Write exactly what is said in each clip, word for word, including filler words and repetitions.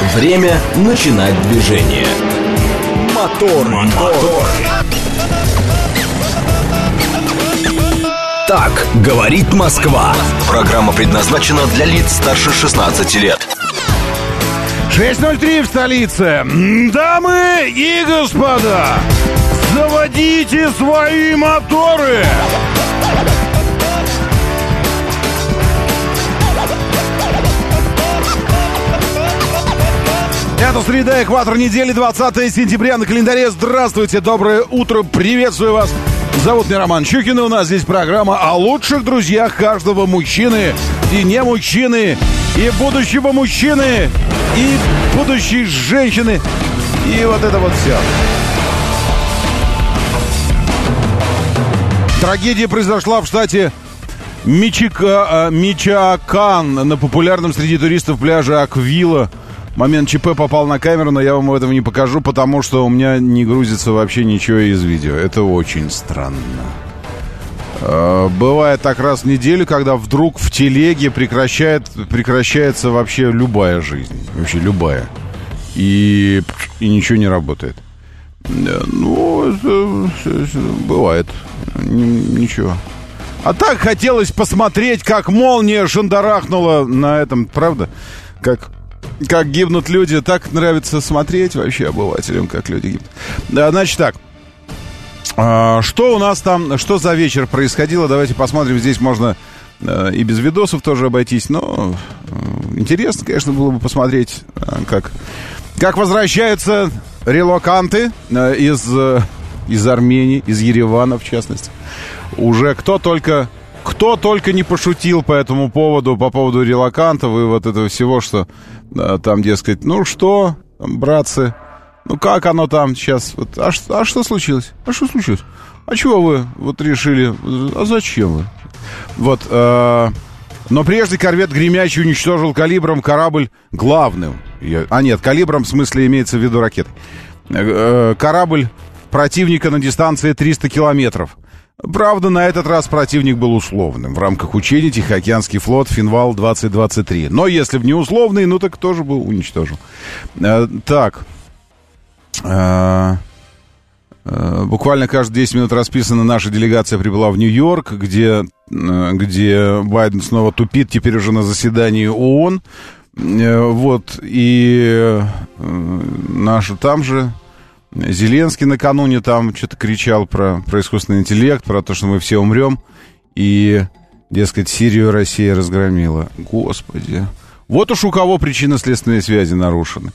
Время начинать движение. Мотор, мотор. Так говорит Москва. Программа предназначена для лиц старше шестнадцати лет. шесть ноль три в столице. Дамы и господа, заводите свои моторы. Это среда, экватор недели, двадцатое сентября на календаре. Здравствуйте, доброе утро, приветствую вас. Зовут меня Роман Щукин, и у нас здесь программа о лучших друзьях каждого мужчины и не мужчины, и будущего мужчины, и будущей женщины, и вот это вот все. Трагедия произошла в штате Мичика, Мичиакан на популярном среди туристов пляже Аквила. Момент ЧП попал на камеру, но я вам этого не покажу, потому что у меня не грузится вообще ничего из видео. Это очень странно. Бывает так раз в неделю, когда вдруг в телеге прекращает, прекращается вообще любая жизнь. Вообще любая. И, и ничего не работает. Ну, это, бывает. Ничего. А так хотелось посмотреть, как молния шандарахнула на этом, правда? Как... Как гибнут люди, так нравится смотреть вообще обывателям, как люди гибнут. Да, значит так, а, что у нас там, что за вечер происходило, давайте посмотрим. Здесь можно а, и без видосов тоже обойтись, но а, интересно, конечно, было бы посмотреть, а, как, как возвращаются релоканты а, из, а, из Армении, из Еревана, в частности. Уже кто только... Кто только не пошутил по этому поводу, по поводу релокантов и вот этого всего, что да, там, дескать, ну что, там, братцы, ну как оно там сейчас, вот, а, а что случилось? А что случилось? А чего вы вот решили? А зачем вы? Вот, э, но прежде корвет «Гремячий» уничтожил калибром корабль главным. А нет, калибром в смысле имеется в виду ракеты. Э, корабль противника на дистанции триста километров. Правда, на этот раз противник был условным. В рамках учений Тихоокеанский флот «Финвал двадцать двадцать три». Но если в неусловный, ну так тоже был уничтожен. Э, так. Э, э, буквально каждые десять минут расписано. Наша делегация прибыла в Нью-Йорк, где, э, где Байден снова тупит, теперь уже на заседании ООН. Э, вот. И э, наша там же... Зеленский накануне там что-то кричал про, про искусственный интеллект, про то, что мы все умрем. И, дескать, Сирию Россия разгромила. Господи. Вот уж у кого причинно-следственные связи нарушены.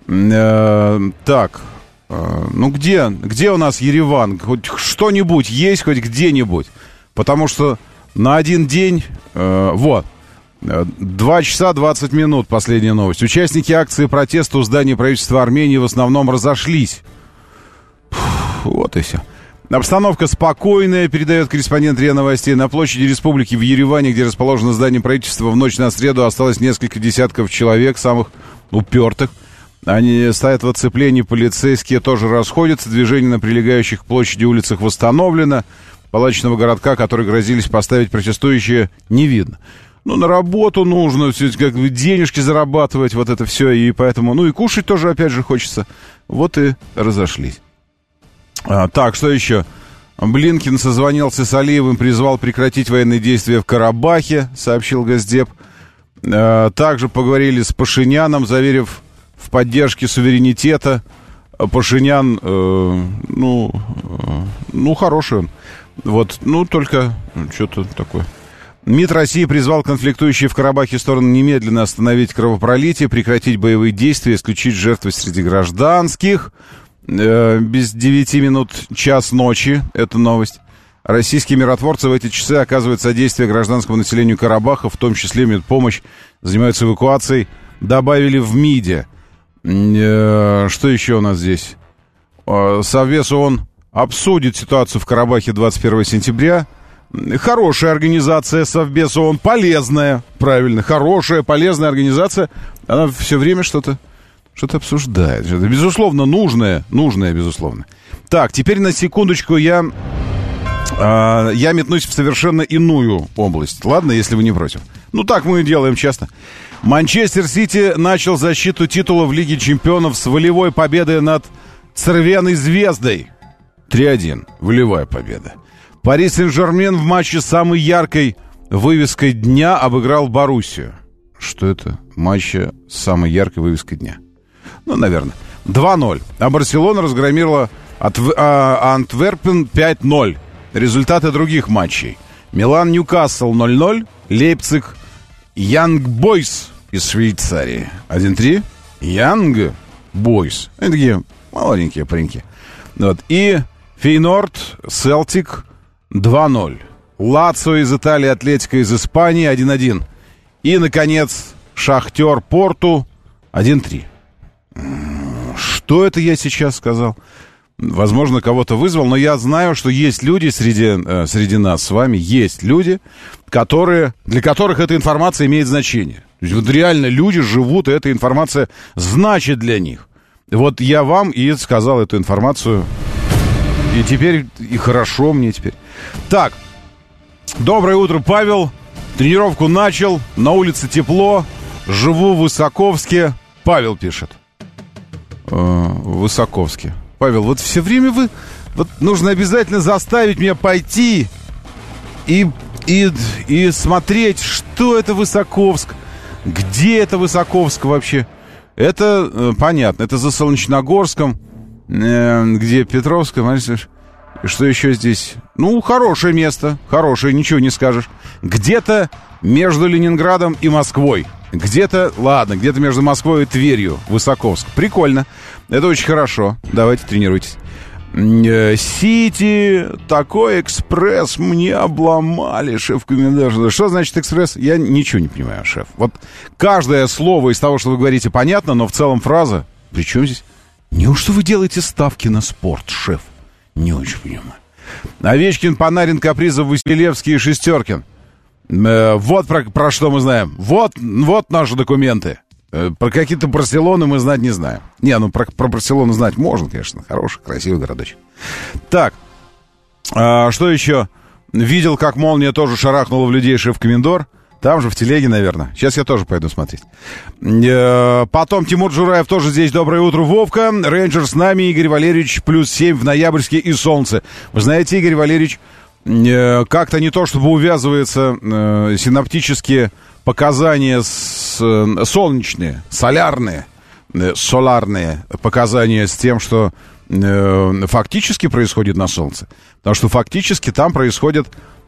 Э, так. Э, ну где, где у нас Ереван? Хоть что-нибудь есть, хоть где-нибудь. Потому что на один день... Э, вот. два часа двадцать минут, последняя новость. Участники акции протеста у здания правительства Армении в основном разошлись. Вот и все. Обстановка спокойная, передает корреспондент РИА Новостей. На площади Республики в Ереване, где расположено здание правительства, в ночь на среду осталось несколько десятков человек, самых упертых. Они стоят в оцеплении, полицейские тоже расходятся. Движение на прилегающих к площади улицах восстановлено. Палаточного городка, который грозились поставить протестующие, не видно. Ну, на работу нужно, все, как бы денежки зарабатывать, вот это все, и поэтому... Ну, и кушать тоже, опять же, хочется. Вот и разошлись. А, так, что еще? Блинкин созвонился с Алиевым, призвал прекратить военные действия в Карабахе, сообщил Госдеп. А, также поговорили с Пашиняном, заверив в поддержке суверенитета. Пашинян, э, ну, э, ну, хороший он. Вот, ну, только что-то такое... МИД России призвал конфликтующие в Карабахе стороны немедленно остановить кровопролитие, прекратить боевые действия, исключить жертвы среди гражданских. Э, без девяти минут час ночи, это новость. Российские миротворцы в эти часы оказывают содействие гражданскому населению Карабаха, в том числе медпомощь, занимаются эвакуацией. Добавили в МИДе. Э, что еще у нас здесь? Э, Совбез ООН обсудит ситуацию в Карабахе двадцать первого сентября. Хорошая организация Совбез ООН, полезная, правильно, хорошая, полезная организация. Она все время что-то что-то обсуждает. Безусловно, нужное, нужное, безусловно. Так, теперь на секундочку я А, я метнусь в совершенно иную область. Ладно, если вы не против. Ну, так мы и делаем часто. Манчестер Сити начал защиту титула в Лиге Чемпионов с волевой победой над Цервеной Звездой. три один. Волевая победа. Пари Сен-Жермен в матче с самой яркой вывеской дня обыграл Боруссию. Что это? Матча с самой яркой вывеской дня. Ну, наверное. два ноль. А Барселона разгромила от, а, Антверпен пять ноль. Результаты других матчей. Милан-Ньюкасл ноль ноль. Лейпциг Янг Бойс из Швейцарии один три. Янг Бойс. Они такие молоденькие пареньки. Вот. И Фейнорд Селтик два ноль. Лацио из Италии, Атлетико из Испании один один. И, наконец, Шахтер Порту один три. Что это я сейчас сказал? Возможно, кого-то вызвал, но я знаю, что есть люди среди, э, среди нас с вами, есть люди, которые, для которых эта информация имеет значение. То есть вот реально люди живут, и эта информация значит для них. Вот я вам и сказал эту информацию, и теперь, и хорошо мне теперь. Так, доброе утро, Павел. Тренировку начал, на улице тепло, живу в Высоковске. Павел пишет. Э, в Высоковске. Павел, вот все время вы... Вот нужно обязательно заставить меня пойти и, и, и смотреть, что это Высоковск, где это Высоковск вообще. Это э, понятно, это за Солнечногорском, э, где Петровская, что еще здесь? Ну, хорошее место, хорошее, ничего не скажешь. Где-то между Ленинградом и Москвой. Где-то, ладно, где-то между Москвой и Тверью, Высоковск. Прикольно. Это очень хорошо. Давайте тренируйтесь. Сити, такой экспресс мне обломали, шеф-комендант. Что значит экспресс? Я ничего не понимаю, шеф. Вот каждое слово из того, что вы говорите, понятно, но в целом фраза. При чем здесь? Неужто вы делаете ставки на спорт, шеф? Не очень понимаю. Овечкин, Панарин, Капризов, Василевский и Шестеркин. Э, вот про, про что мы знаем. Вот, вот наши документы. Э, про какие-то Барселоны мы знать не знаем. Не, ну про, про Барселону знать можно, конечно. Хороший, красивый городочек. Так, э, что еще? Видел, как молния тоже шарахнула в людей шеф-комендор. Там же, в телеге, наверное. Сейчас я тоже пойду смотреть. Э, потом Тимур Джураев тоже здесь. Доброе утро, Вовка. Рейнджер с нами. Игорь Валерьевич плюс семь в ноябрьске и солнце. Вы знаете, Игорь Валерьевич, э, как-то не то, чтобы увязываются э, синоптические показания с, э, солнечные, солярные, э, соларные показания с тем, что э, фактически происходит на солнце. Потому что фактически там происходят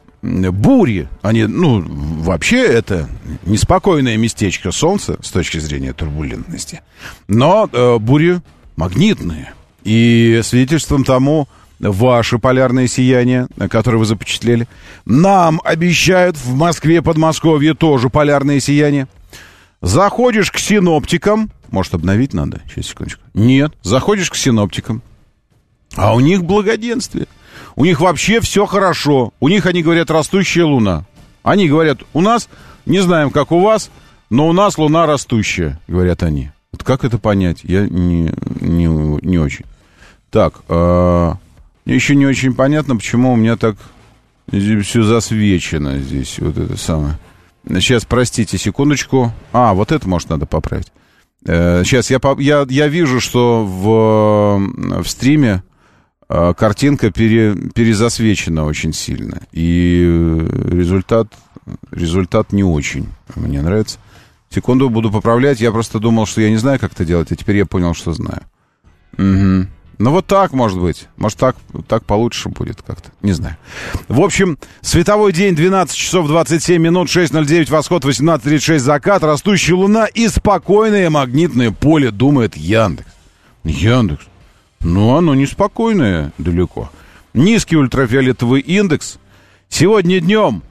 бури, они, ну, вообще это неспокойное местечко Солнца с точки зрения турбулентности, но э, бури магнитные. И свидетельством тому ваши полярные сияния, которые вы запечатлели. Нам обещают в Москве, Подмосковье тоже полярные сияния. Заходишь к синоптикам, может, обновить надо? Сейчас, секундочку. Нет, заходишь к синоптикам, а у них благоденствие. У них вообще все хорошо. У них, они говорят, растущая луна. Они говорят, у нас, не знаем, как у вас, но у нас луна растущая, говорят они. Вот как это понять? Я не, не, не очень. Так, э, мне еще не очень понятно, почему у меня так все засвечено здесь. Вот это самое. Сейчас, простите, секундочку. А, вот это, может, надо поправить. Э, сейчас, я, я, я вижу, что в, в стриме картинка пере, перезасвечена очень сильно. И результат, результат не очень мне нравится. Секунду, буду поправлять. Я просто думал, что я не знаю, как это делать, а теперь я понял, что знаю. Угу. Ну вот так, может быть. Может, так, так получше будет как-то. Не знаю. В общем, световой день двенадцать часов двадцать семь минут, шесть ноль девять восход, восемнадцать тридцать шесть закат, растущая луна и спокойное магнитное поле, думает Яндекс. Яндекс. Но оно неспокойное далеко. Низкий ультрафиолетовый индекс. Сегодня днем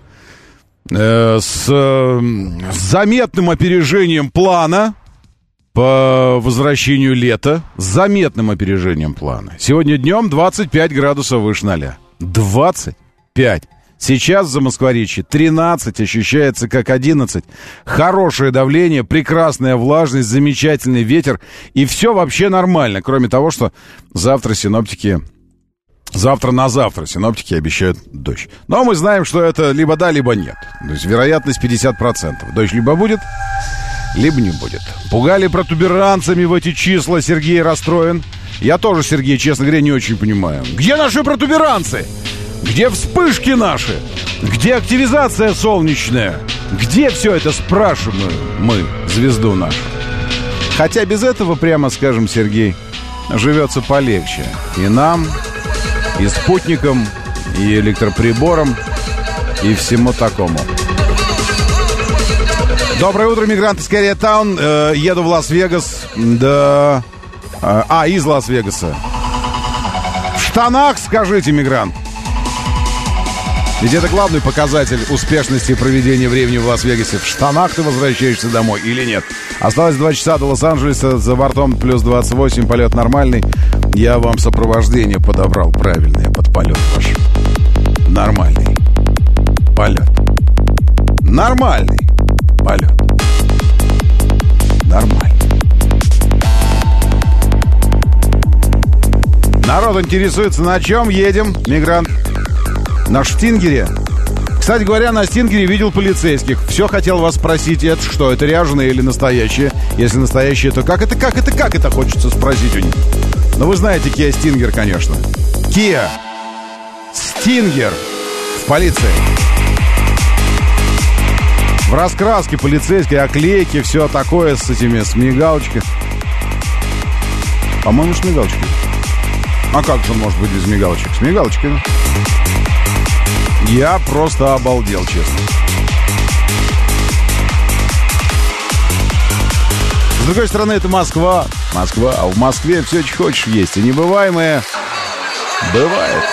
э, с, э, с заметным опережением плана по возвращению лета. С заметным опережением плана. Сегодня днем двадцать пять градусов выше ноля. двадцать пять. Сейчас в Замоскворечье тринадцать, ощущается как одиннадцать. Хорошее давление, прекрасная влажность, замечательный ветер. И все вообще нормально, кроме того, что завтра синоптики Завтра на завтра синоптики обещают дождь. Но мы знаем, что это либо да, либо нет. То есть вероятность пятьдесят процентов. Дождь либо будет, либо не будет. Пугали протуберанцами в эти числа. Сергей расстроен. Я тоже, Сергей, честно говоря, не очень понимаю. Где наши протуберанцы? Где вспышки наши? Где активизация солнечная? Где все это, спрашиваем мы, звезду нашу? Хотя без этого, прямо скажем, Сергей, живется полегче. И нам, и спутникам, и электроприборам, и всему такому. Доброе утро, мигранты из Кореатаун. Э, еду в Лас-Вегас. Да... Э, а, из Лас-Вегаса. В штанах, скажите, мигрант. Ведь это главный показатель успешности проведения времени в Лас-Вегасе. В штанах ты возвращаешься домой или нет? Осталось два часа до Лос-Анджелеса. За бортом плюс двадцать восемь, полет нормальный. Я вам сопровождение подобрал правильное под полет ваш. Нормальный полет. Нормальный полет. Нормальный. Народ интересуется, на чем едем, мигрант? На Штингере. Кстати говоря, на Стингере видел полицейских. Все хотел вас спросить, это что, это ряженые или настоящие? Если настоящие, то как это, как это, как это хочется спросить у них? Ну, вы знаете Kia Stinger, конечно. Kia Stinger в полиции. В раскраске полицейской, оклейки, все такое с этими, с мигалочкой. По-моему, с мигалочкой. А как же он может быть без мигалочек? С мигалочкой. Я просто обалдел, честно. С другой стороны, это Москва. Москва. А в Москве все, что хочешь, есть. И небываемое бывает.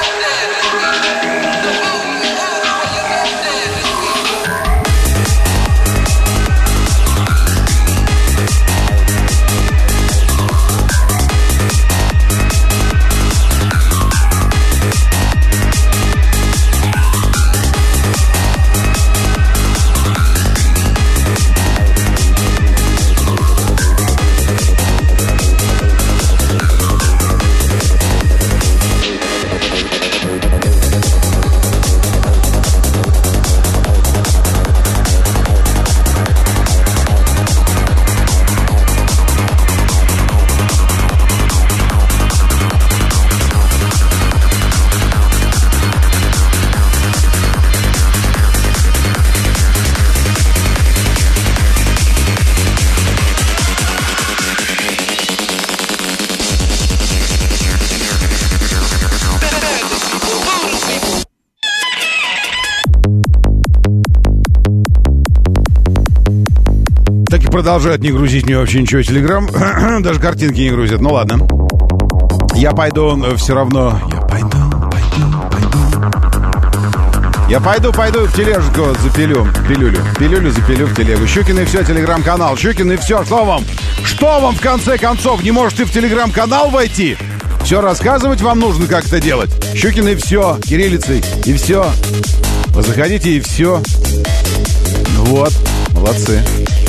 Продолжают не грузить мне вообще ничего Телеграм. Даже картинки не грузят. Ну ладно. Я пойду все равно. Я пойду, пойду, пойду. Я пойду, пойду в тележку запилю. Пилюлю. Пилюлю запилю в телегу. Щукин и все, Телеграм-канал. Щукин и все. Что вам? Что вам в конце концов? Не можете в Телеграм-канал войти? Все рассказывать вам нужно, как это делать. Щукин и все. Кириллицей. И все. Вы заходите и все. Вот. Молодцы.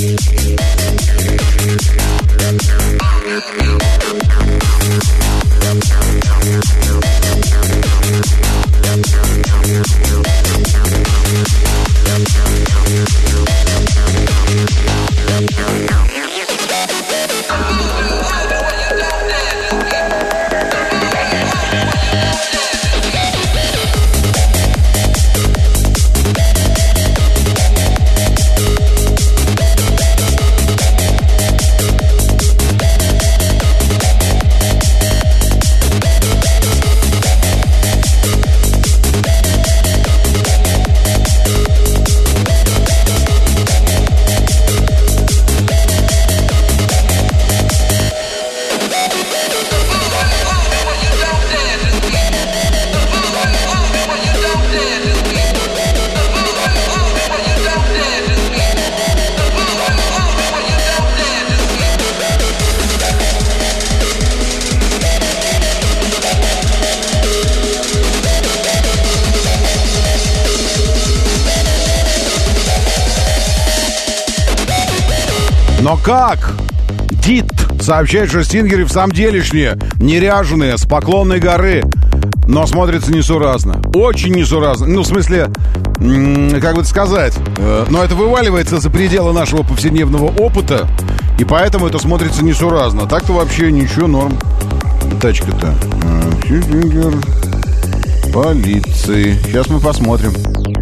Но как? Дит сообщает, что стингеры в самом делешние, неряженые, с Поклонной горы. но смотрится несуразно. Очень несуразно. Ну, в смысле, как бы сказать, но это вываливается за пределы нашего повседневного опыта, и поэтому это смотрится несуразно. Так-то вообще ничего, норм. Тачка-то. Стингер полиции. Сейчас мы посмотрим.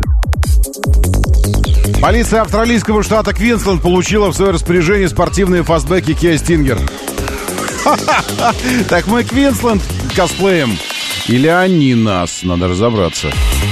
Полиция австралийского штата Квинсленд получила в свое распоряжение спортивные фастбеки Kia Stinger. Так мы Квинсленд косплеем? Или они нас? Надо разобраться.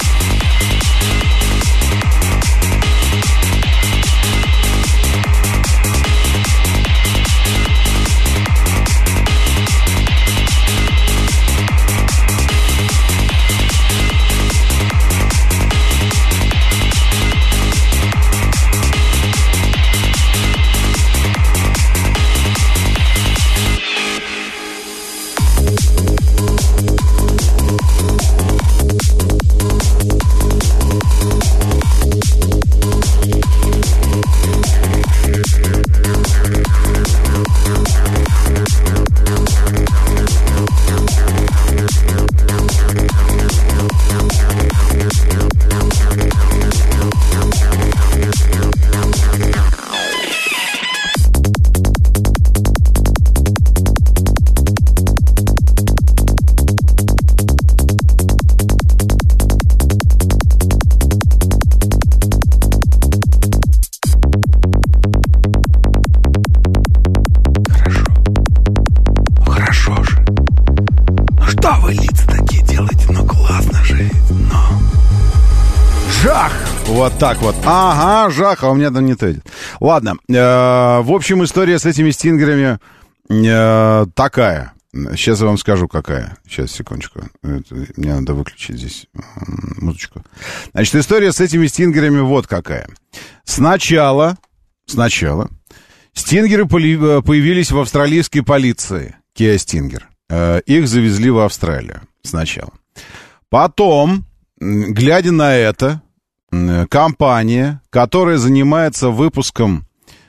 Вот так вот. Ага, жах, а у меня там не то. Ладно. Э, в общем, история с этими стингерами э, такая. Сейчас я вам скажу, какая. Сейчас, секундочку. Это, мне надо выключить здесь музычку. Значит, история с этими стингерами вот какая. Сначала, сначала стингеры появились в австралийской полиции. Kia Stinger. Э, их завезли в Австралию сначала. Потом, глядя на это, компания, которая занимается выпуском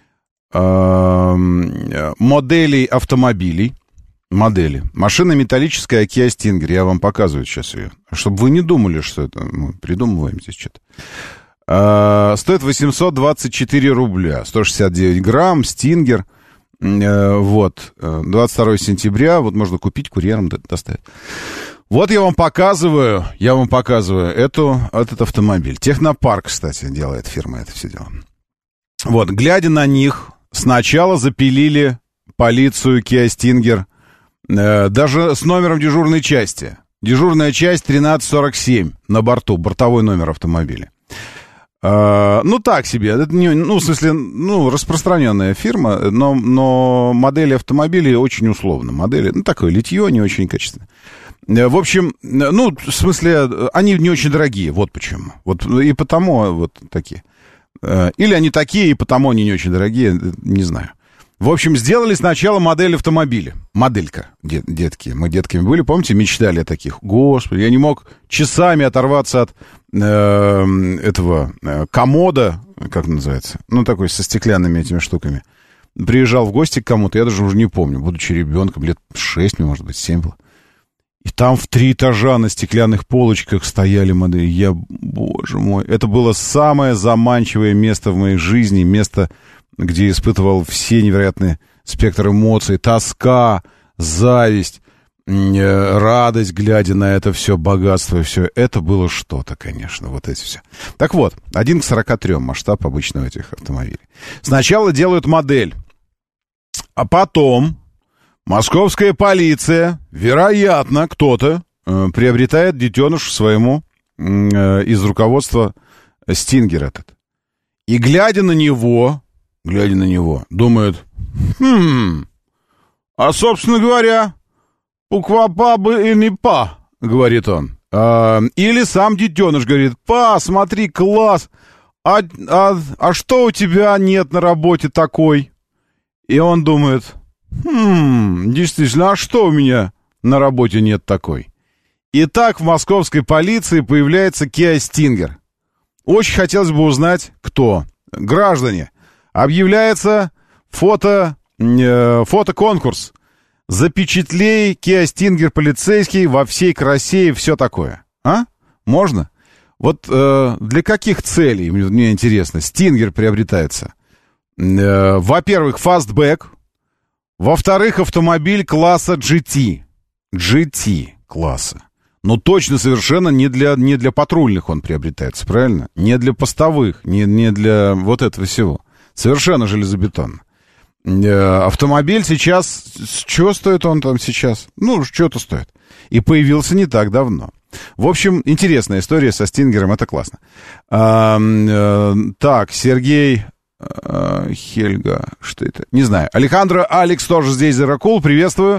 э, моделей автомобилей, модели, машина металлическая Kia Stinger, я вам показываю сейчас ее, чтобы вы не думали, что это мы придумываем здесь что-то. Э, стоит восемьсот двадцать четыре рубля, сто шестьдесят девять грамм, Stinger, э, вот, двадцать второго сентября, вот можно купить, курьером доставить. Вот я вам показываю, я вам показываю эту, этот автомобиль. Технопарк, кстати, делает фирма это все дело. Вот, глядя на них, сначала запилили полицию Kia Stinger, э, даже с номером дежурной части. Дежурная часть тринадцать сорок семь на борту, бортовой номер автомобиля. Э, ну, так себе, это не, ну, в смысле, ну, распространенная фирма, но, но модели автомобилей очень условно. Модели, ну, такое литье, не очень качественное. В общем, ну, в смысле, они не очень дорогие, вот почему. Вот и потому вот такие. Или они такие, и потому они не очень дорогие, не знаю. В общем, сделали сначала модель автомобиля. Моделька, дет, детки. Мы детками были, помните, мечтали о таких. Господи, я не мог часами оторваться от э, этого э, комода, как называется, ну, такой со стеклянными этими штуками. Приезжал в гости к кому-то, я даже уже не помню, будучи ребенком, лет шесть, может быть, семь было. И там в три этажа на стеклянных полочках стояли модели. Я, боже мой, это было самое заманчивое место в моей жизни. Место, где я испытывал все невероятные спектры эмоций. Тоска, зависть, радость, глядя на это все, богатство и все. Это было что-то, конечно, вот эти все. Так вот, один к сорока трём масштаб обычно этих автомобилей. Сначала делают модель, а потом... Московская полиция, вероятно, кто-то э, приобретает детеныш своему э, из руководства Стингер этот. И глядя на него, глядя на него, думает, хм, а, собственно говоря, буква бы и не па, говорит он. А, или сам детеныш говорит, па, смотри, класс, а, а, а что у тебя нет на работе такой? И он думает... Хм, действительно, а что у меня на работе нет такой? Итак, в московской полиции появляется Kia Stinger. Очень хотелось бы узнать, кто. Граждане, объявляется фото, э, фотоконкурс Запечатлей Kia Stinger полицейский во всей красе и все такое. А? Можно? Вот э, для каких целей, мне, мне интересно, Stinger приобретается? Э, во-первых, фастбэк. Во-вторых, автомобиль класса джи ти. джи ти класса. Но точно совершенно не для, не для патрульных он приобретается, правильно? Не для постовых, не, не для вот этого всего. Совершенно железобетонно. Автомобиль сейчас... Что стоит он там сейчас? Ну, что-то стоит. И появился не так давно. В общем, интересная история со Стингером, это классно. А, а, так, Сергей... А, Хельга, что это? Не знаю. Алехандро Алекс тоже здесь, Зеракул, приветствую.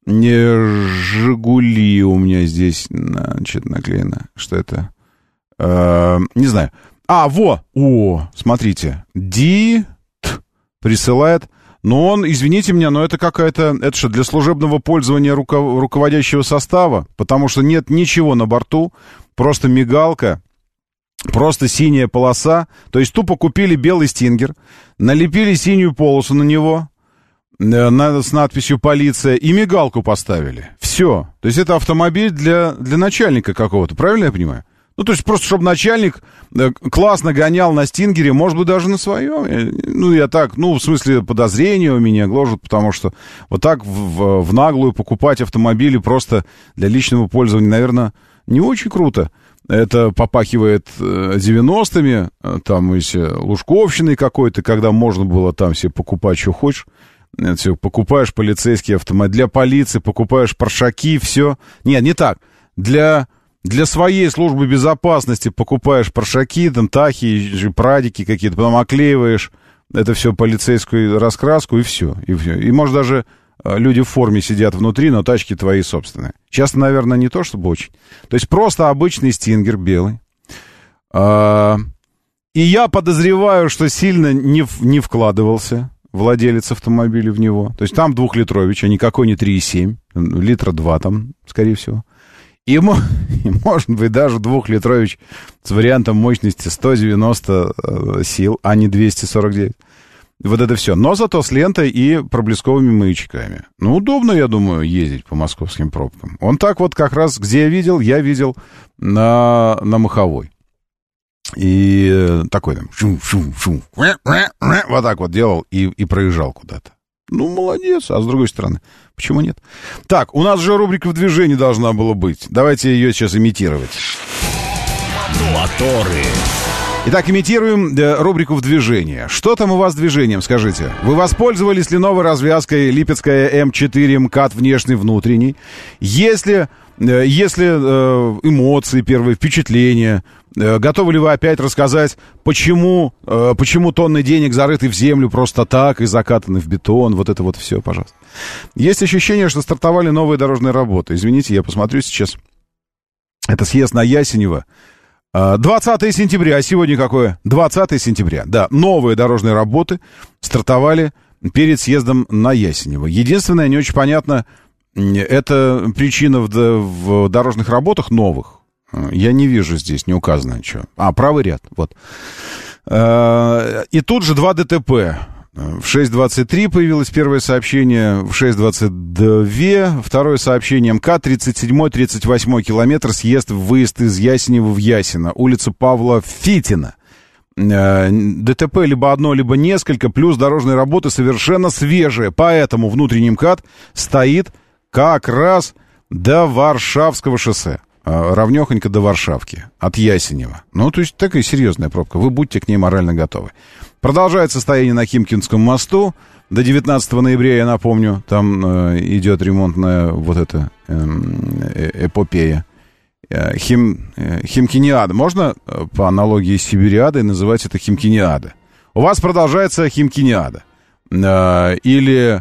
Жигули у меня здесь, значит, наклеено. Что это? А, не знаю. А, во! О, смотрите. Ди... присылает... Но он, извините меня, но это какая-то... Это что, для служебного пользования руко- руководящего состава? Потому что нет ничего на борту, просто мигалка, просто синяя полоса. То есть тупо купили белый Стингер, налепили синюю полосу на него э, на, с надписью «Полиция» и мигалку поставили. Все. То есть это автомобиль для, для начальника какого-то, правильно я понимаю? Ну, то есть просто, чтобы начальник классно гонял на Стингере, может быть, даже на своем. Ну, я так, ну, в смысле, подозрения у меня гложут, потому что вот так в, в, в наглую покупать автомобили просто для личного пользования, наверное, не очень круто. Это попахивает девяностыми, там, если лужковщиной какой-то, когда можно было там себе покупать, что хочешь. Все, покупаешь полицейский автомобиль, для полиции покупаешь паршаки, все. Нет, не так. Для... Для своей службы безопасности покупаешь паршаки, там, тахи, прадики какие-то, потом оклеиваешь это все полицейскую раскраску, и все, и все. И, может, даже люди в форме сидят внутри, но тачки твои собственные. Часто, наверное, не то, чтобы очень. То есть просто обычный Стингер белый. А, и я подозреваю, что сильно не, не вкладывался владелец автомобиля в него. То есть там двухлитрович, а никакой не три и семь, литра два там, скорее всего. И, и может быть даже двухлитрович с вариантом мощности сто девяносто сил, а не двести сорок девять. Вот это все. Но зато с лентой и проблесковыми маячками. Ну, удобно, я думаю, ездить по московским пробкам. Он так вот как раз, где я видел, я видел на, на Маховой. И такой там шум-шум-шум. Вот так вот делал и, и проезжал куда-то. Ну, молодец. А с другой стороны, почему нет? Так, у нас же рубрика «В движении» должна была быть. Давайте ее сейчас имитировать. Моторы. Итак, имитируем э, рубрику «В движении». Что там у вас с движением, скажите? Вы воспользовались ли новой развязкой Липецкая эм четыре МКАД внешний-внутренний? Если, э, если э, эмоции, первые впечатления, э, готовы ли вы опять рассказать, почему, э, почему тонны денег зарыты в землю просто так и закатаны в бетон? Вот это вот все, пожалуйста. Есть ощущение, что стартовали новые дорожные работы. Извините, я посмотрю сейчас. Это съезд на Ясенево. двадцатое сентября, а сегодня какое? двадцатое сентября, да, новые дорожные работы стартовали перед съездом на Ясенево. Единственное, не очень понятно, это причина в, в дорожных работах новых. Я не вижу здесь, не указано ничего. А, правый ряд, вот. И тут же два ДТП. В шесть двадцать три появилось первое сообщение, в шесть двадцать два второе сообщение. МКАД тридцать седьмой тридцать восьмой километр, съезд, выезд из Ясенева в Ясино, улица Павла Фитина. ДТП либо одно, либо несколько, плюс дорожные работы совершенно свежие, поэтому внутренний МКАД стоит как раз до Варшавского шоссе. Равнёхонько до Варшавки, от Ясенева. Ну, то есть такая серьезная пробка. Вы будьте к ней морально готовы. Продолжается стояние на Химкинском мосту. До девятнадцатого ноября, я напомню, там э, идет ремонтная вот эта э, эпопея. Э, хим, э, Химкиниада. Можно э, по аналогии с Сибириадой называть это Химкиниада? У вас продолжается Химкиниада. Э, или...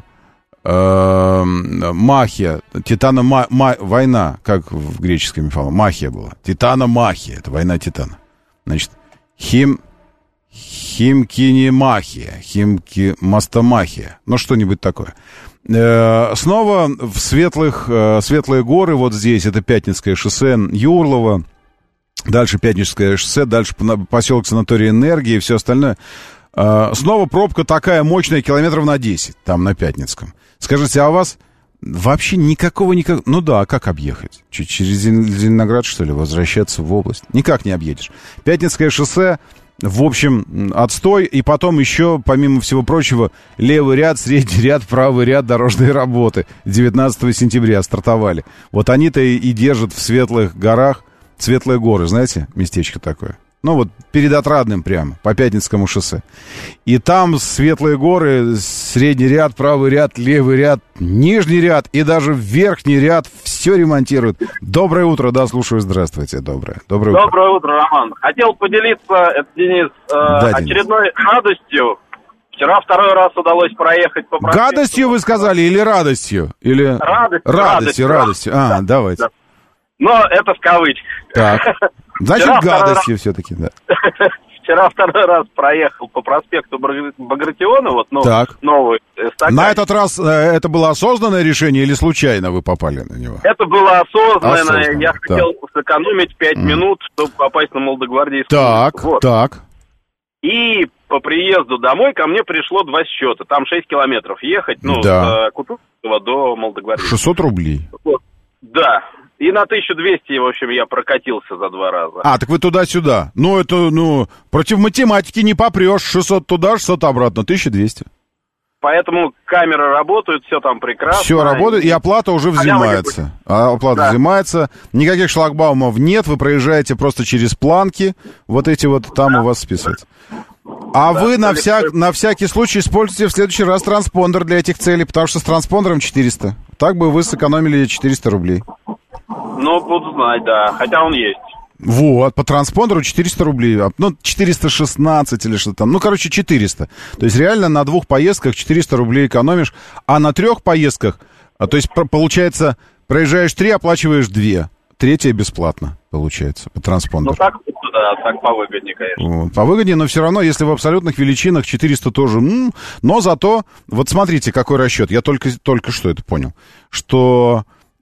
Махия, Титана ма, ма, война, как в греческой мифологии, Махия была. Титана Махия, это война Титана. Значит, хим, Химкинимахия, Химки, Мастомахия, ну что-нибудь такое. Э, снова в светлых, э, светлые горы, вот здесь, это Пятницкое шоссе, Юрлово, дальше Пятническое шоссе, дальше поселок Санатория Энергии и все остальное. Э, снова пробка такая мощная, километров на десять, там на Пятницком. Скажите, а у вас Вообще никакого, никак... Ну да, а как объехать? Чуть через Зеленоград, что ли, возвращаться в область? Никак не объедешь. Пятницкое шоссе, в общем, отстой. И потом еще, помимо всего прочего, левый ряд, средний ряд, правый ряд дорожной работы. девятнадцатого сентября стартовали. Вот они-то и держат в Светлых горах. Светлые горы, знаете, местечко такое. Ну вот перед Отрадным прямо, по Пятницкому шоссе. И там Светлые горы, средний ряд, правый ряд, левый ряд, нижний ряд и даже верхний ряд все ремонтируют. Доброе утро, да, слушаю, здравствуйте, доброе. Доброе утро. Доброе утро, Роман. Хотел поделиться, это Денис, э, да, очередной Денис. радостью. Вчера второй раз удалось проехать по проспекту. Гадостью вы сказали или радостью? Или... Радость, радостью, радостью. радостью. А, да, давайте. Да. Но это в кавычках. Так. Значит, Вчера гадостью раз... все-таки, да. Вчера второй раз проехал по проспекту Багратиона, вот ну, новый эстакад. На этот раз э, это было осознанное решение или случайно вы попали на него? Это было осознанное. осознанное. Я да. хотел сэкономить пять mm. минут, чтобы попасть на Молодогвардейскую. Так, вот. так. И по приезду домой ко мне пришло два счета. Там шесть километров ехать, ну, да. с Кутузова до Молодогвардейска. шестьсот рублей. Вот. Да. И на тысячу двести, в общем, я прокатился за два раза. А, так вы туда-сюда. Ну, это, ну, против математики не попрешь. шестьсот туда, шестьсот обратно, тысяча двести. Поэтому камеры работают, все там прекрасно. Все работает, и оплата уже взимается. А оплата да. взимается. Никаких шлагбаумов нет, вы проезжаете просто через планки. Вот эти вот там да. у вас списывают. А да, вы на, всяк, на всякий случай используйте в следующий раз транспондер для этих целей, потому что с транспондером четыреста. Так бы вы сэкономили четыреста рублей. Ну, буду знать, да. Хотя он есть. Вот, по транспондеру четыреста рублей. Ну, четыреста шестнадцать или что-то там. Ну, короче, четыреста. То есть реально на двух поездках четыреста рублей экономишь. А на трех поездках, то есть получается, проезжаешь три, оплачиваешь две. Третья бесплатно, получается, по транспондеру. Ну, так, да, так повыгоднее, конечно. Вот, повыгоднее, но все равно, если в абсолютных величинах четыреста тоже. М-м, но зато, вот смотрите, какой расчет. Я только, только что это понял. Что...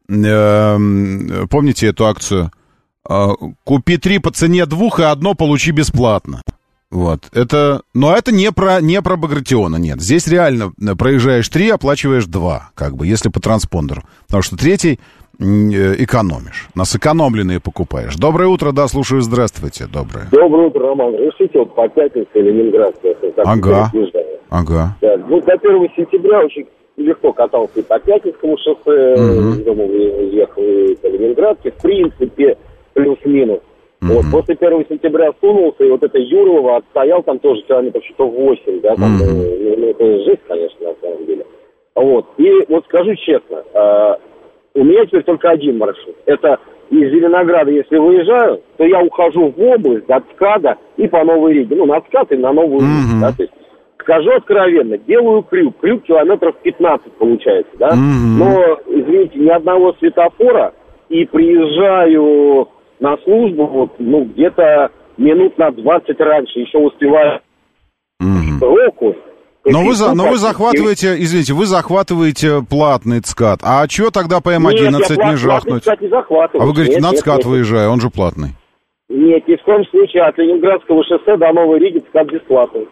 Помните эту акцию? Купи три по цене двух, и одно получи бесплатно. Вот. Это, но это не про, не про Багратиона, нет. Здесь реально проезжаешь три, оплачиваешь два, как бы, если по транспондеру. Потому что третий экономишь. На сэкономленные покупаешь. Доброе утро, да, слушаю, здравствуйте. Доброе. Доброе утро, Роман. Решите вот по пятнице Ленинград. Ага. Ага. Да. Ну, до первого сентября очень легко катался и по Пятницкому шоссе, uh-huh. думал, ехал и по Ленинградке, в принципе, плюс-минус. Uh-huh. Вот, после первого сентября сунулся, и вот это Юрлово отстоял там тоже километров что восемь, да, там, uh-huh. ну, ну, это жесть, конечно, на самом деле. Вот, и вот скажу честно, э, у меня теперь только один маршрут. Это из Зеленограда, если выезжаю, то я ухожу в область, от СКАДа и по Новой Риге. Ну, на СКАД и на Новую Ригу, uh-huh. да, то есть. Скажу откровенно, делаю крюк, крюк километров пятнадцать получается, да, mm-hmm. но, извините, ни одного светофора, и приезжаю на службу, вот, ну, где-то минут на двадцать раньше, еще успеваю mm-hmm. сроку. Но вы, за, но вы захватываете, извините, вы захватываете платный ЦКАД, а чего тогда по Эм одиннадцать нет, не жахнуть? Не захватываю. А вы говорите, нет, на нет, ЦКАД нет, выезжаю, он же платный. Нет, ни в коем случае, от Ленинградского шоссе до Новой Риги ЦКАД бесплатный.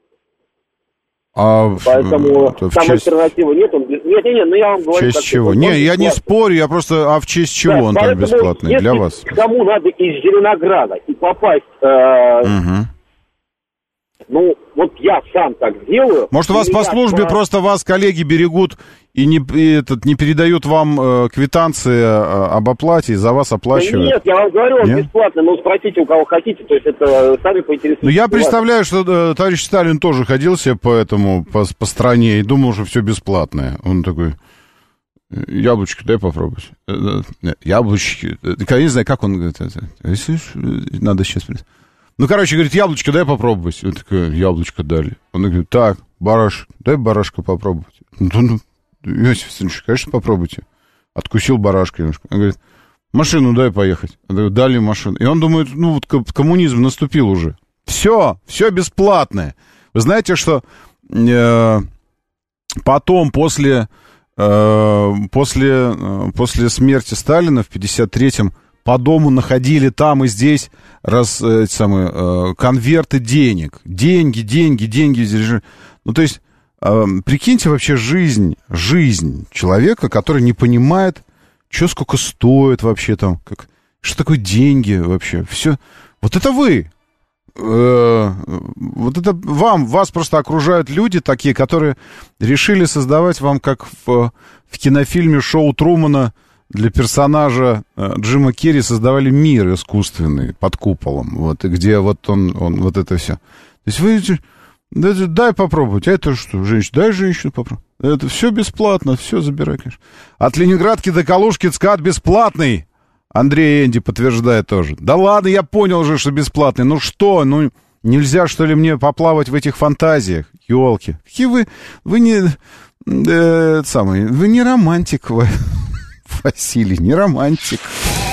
А Поэтому там честь... альтернативы нет. Он... Нет, нет, нет, ну я вам говорю... В честь чего? Не, я не спорю, я просто... А в честь чего да, он там бесплатный для вас? Кому надо из Зеленограда и попасть... Э... Угу. Ну, вот я сам так делаю. Может, у вас по службе по... просто вас коллеги берегут и не, и этот, не передают вам э, квитанции э, об оплате, и за вас оплачивают? Да нет, я вам говорю, он нет? бесплатный, но спросите, у кого хотите, то есть это сами поинтересуйтесь. Ну, я представляю, что э, товарищ Сталин тоже ходил себе по этому, по, по стране и думал, что все бесплатное. Он такой, яблочко дай попробовать. Яблочки. Я не знаю, как он говорит, надо сейчас... Ну, короче, говорит, яблочко дай попробовать. Он такой, яблочко дали. Он говорит, так, бараш, дай барашка попробовать. Ну, ну, Иосиф Виссарионович, конечно, попробуйте. Откусил барашка немножко. Он говорит, машину дай поехать. Он говорит, дали машину. И он думает, ну, вот коммунизм наступил уже. Все, все бесплатное. Вы знаете, что э, потом, после, э, после, э, после смерти Сталина в пятьдесят третьем по дому находили там и здесь раз, эти самые, э, конверты денег. Деньги, деньги, деньги. Ну, то есть, э, прикиньте вообще жизнь, жизнь человека, который не понимает, что сколько стоит вообще там, как, что такое деньги вообще, все. Вот это вы. Э, вот это вам, вас просто окружают люди такие, которые решили создавать вам, как в, в кинофильме «Шоу Трумана», для персонажа э, Джима Керри создавали мир искусственный под куполом, вот, и где вот он, он вот это все. То есть вы, дай, дай попробовать, а это что, женщина, дай женщину попробовать. Это все бесплатно, все забирай, конечно. От Ленинградки до Калужки ЦКАД бесплатный, Андрей Энди подтверждает тоже. Да ладно, я понял уже, что бесплатный, ну что, ну нельзя, что ли, мне поплавать в этих фантазиях, елки. Какие вы, вы не, э, самый, вы не романтик, вы. Василий, не романтик.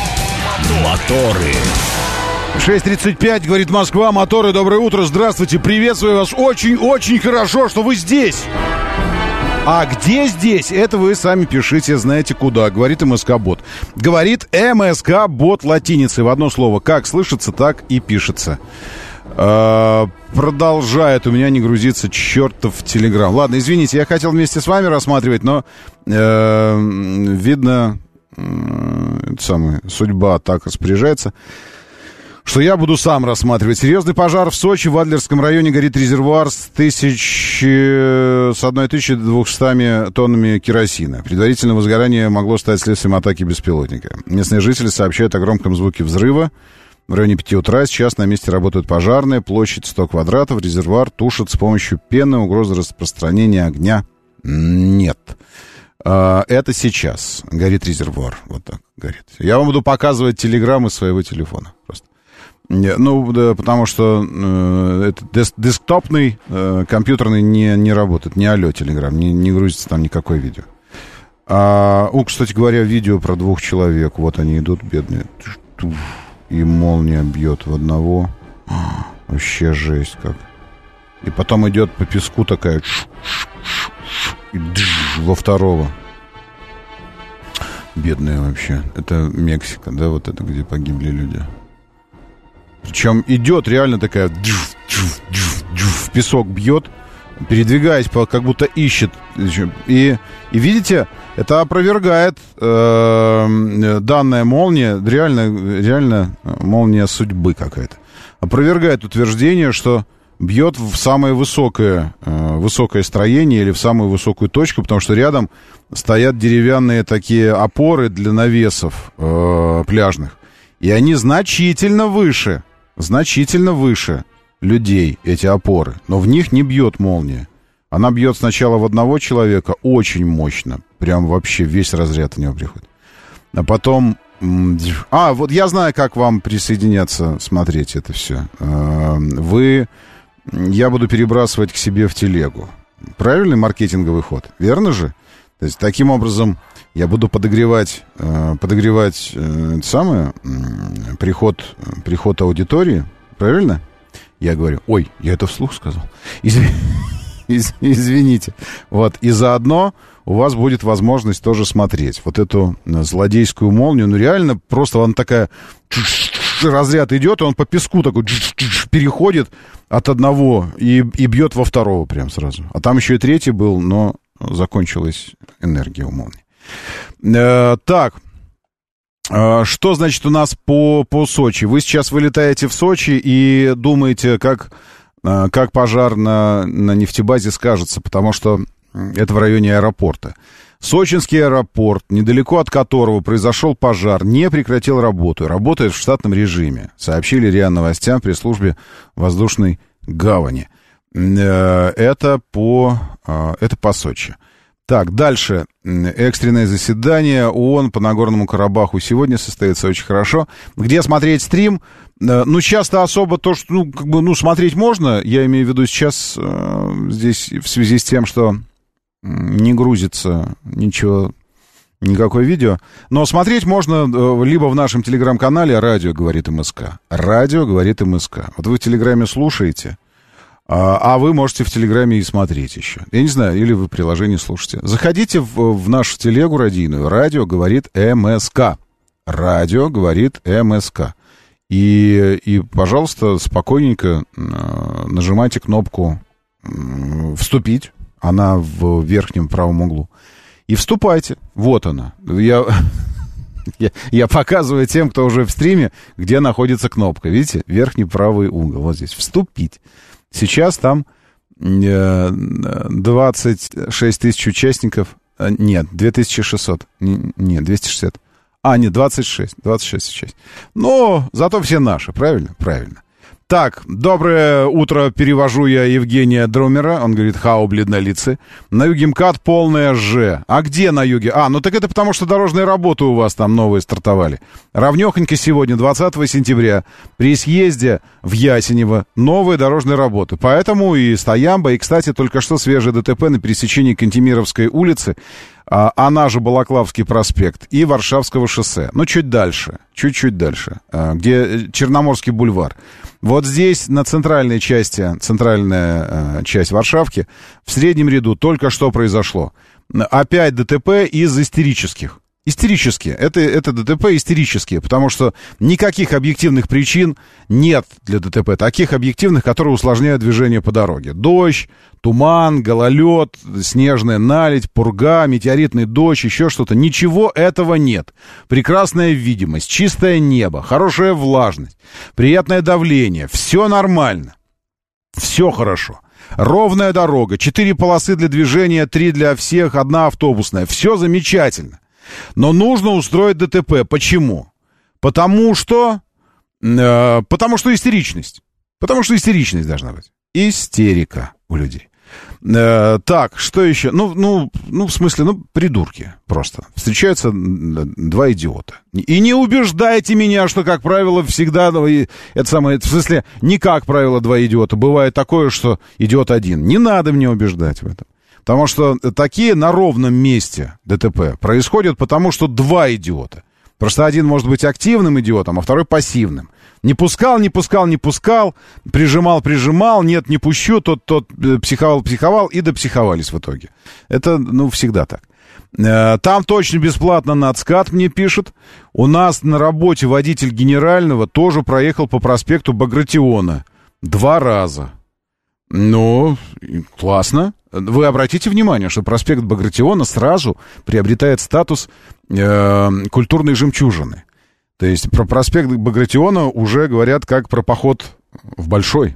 Моторы. шесть тридцать пять, говорит Москва, моторы, доброе утро, здравствуйте, приветствую вас, очень-очень хорошо, что вы здесь. А где здесь, это вы сами пишите, знаете куда, говорит МСК-бот. Говорит МСК-бот латиницей, в одно слово, как слышится, так и пишется. Продолжает у меня не грузиться чертов Телеграм. Ладно, извините, я хотел вместе с вами рассматривать, но э, видно, э, это самое, судьба так распоряжается, что я буду сам рассматривать. Серьезный пожар в Сочи, в Адлерском районе горит резервуар с, тысяч, с одной тысячей двумястами тоннами керосина. Предварительное возгорание могло стать следствием атаки беспилотника. Местные жители сообщают о громком звуке взрыва. В районе пяти утра сейчас на месте работают пожарные, площадь сто квадратов, резервуар тушат с помощью пены, угрозы распространения огня нет. Это сейчас горит резервуар, вот так горит. Я вам буду показывать телеграммы своего телефона просто. Ну, да, потому что э, это десктопный, э, компьютерный не, не работает, не алло телеграм, не, не грузится там никакое видео. А, о, кстати говоря, видео про двух человек, вот они идут, бедные. И молния бьет в одного. Вообще жесть как. И потом идет по песку такая. И во второго. Бедные вообще. Это Мексика, да, вот это, где погибли люди. Причем идет реально такая. В песок бьет, передвигаясь, как будто ищет. И, и видите, это опровергает э, данная молния, реально, реально молния судьбы какая-то. Опровергает утверждение, что бьет в самое высокое, э, высокое строение или в самую высокую точку, потому что рядом стоят деревянные такие опоры для навесов э, пляжных. И они значительно выше, значительно выше людей, эти опоры. Но в них не бьет молния. Она бьет сначала в одного человека очень мощно. Прям вообще весь разряд у него приходит. А потом... А, вот я знаю, как вам присоединяться, смотреть это все. Вы... Я буду перебрасывать к себе в телегу. Правильный маркетинговый ход, верно же? То есть, таким образом, я буду подогревать, подогревать это самое, приход, приход аудитории. Правильно? Я говорю, ой, я это вслух сказал. Извините. Из, извините. Вот. И заодно у вас будет возможность тоже смотреть вот эту злодейскую молнию. Ну, реально, просто она такая... Разряд идет, и он по песку такой переходит от одного и, и бьет во второго прям сразу. А там еще и третий был, но закончилась энергия у молнии. Э, так. Э, что, значит, у нас по, по Сочи? Вы сейчас вылетаете в Сочи и думаете, как... как пожар на, на нефтебазе скажется, потому что это в районе аэропорта. Сочинский аэропорт, недалеко от которого произошел пожар, не прекратил работу и работает в штатном режиме, сообщили РИА Новостям при службе воздушной гавани. Это по, это по Сочи. Так, дальше. Экстренное заседание ООН по Нагорному Карабаху сегодня состоится очень хорошо. Где смотреть стрим? Ну, часто особо то, что, ну, как бы, ну, смотреть можно. Я имею в виду сейчас э, здесь в связи с тем, что не грузится ничего, никакое видео. Но смотреть можно э, либо в нашем телеграм-канале «Радио говорит МСК». «Радио говорит МСК». Вот вы в телеграме слушаете, а, а вы можете в телеграме и смотреть еще. Я не знаю, или вы в приложении слушаете. Заходите в, в нашу телегу радийную. «Радио говорит МСК». «Радио говорит МСК». И, и, пожалуйста, спокойненько нажимайте кнопку «Вступить». Она в верхнем правом углу. И вступайте. Вот она. Я, я, я показываю тем, кто уже в стриме, где находится кнопка. Видите? Верхний правый угол. Вот здесь. Вступить. Сейчас там двадцать шесть тысяч участников. Нет, две тысячи шестьсот. Нет, двести шестьдесят. А, нет, двадцать шесть. двадцать шесть сейчас. Но зато все наши. Правильно? Правильно. Так, доброе утро, перевожу я Евгения Друмера. Он говорит, хау, бледнолицы. На юге МКАД полная Ж. А где на юге? А, ну так это потому, что дорожные работы у вас там новые стартовали. Равнёхонько сегодня, двадцатого сентября, при съезде в Ясенево новые дорожные работы. Поэтому и стоямба, и, кстати, только что свежее ДТП на пересечении Кантемировской улицы, а, она же Балаклавский проспект, и Варшавского шоссе. Ну, чуть дальше, чуть-чуть дальше, а, где Черноморский бульвар. Вот здесь, на центральной части, центральная э, часть Варшавки, в среднем ряду только что произошло. Опять ДТП из истерических. Истерические. Это, это ДТП истерические, потому что никаких объективных причин нет для ДТП. Таких объективных, которые усложняют движение по дороге. Дождь, туман, гололед, снежная наледь, пурга, метеоритный дождь, еще что-то. Ничего этого нет. Прекрасная видимость, чистое небо, хорошая влажность, приятное давление. Все нормально. Все хорошо. Ровная дорога, четыре полосы для движения, три для всех, одна автобусная. Все замечательно. Но нужно устроить ДТП. Почему? Потому что... Э, потому что истеричность. Потому что истеричность должна быть. Истерика у людей. Э, так, что еще? Ну, ну, ну, в смысле, ну, придурки просто. Встречаются два идиота. И не убеждайте меня, что, как правило, всегда... Это самое, в смысле, не как правило два идиота. Бывает такое, что идиот один. Не надо меня убеждать в этом. Потому что такие на ровном месте ДТП происходят, потому что два идиота. Просто один может быть активным идиотом, а второй пассивным. Не пускал, не пускал, не пускал, прижимал, прижимал, нет, не пущу, тот, тот психовал, психовал, и допсиховались в итоге. Это, ну, всегда так. Там точно бесплатно нацкат, мне пишут. У нас на работе водитель генерального тоже проехал по проспекту Багратиона. Два раза. Ну, классно. Вы обратите внимание, что проспект Багратиона сразу приобретает статус э, культурной жемчужины. То есть про проспект Багратиона уже говорят как про поход в Большой.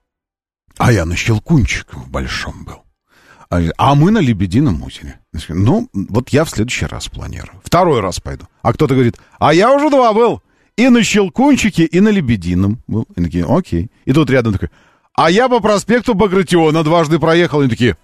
А я на Щелкунчик в Большом был. А, а мы на Лебедином озере. Ну, вот я в следующий раз планирую. Второй раз пойду. А кто-то говорит, а я уже два был. И на Щелкунчике, и на Лебедином был. И такие, окей. И тут рядом такой... А я по проспекту Багратиона дважды проехал, и такие,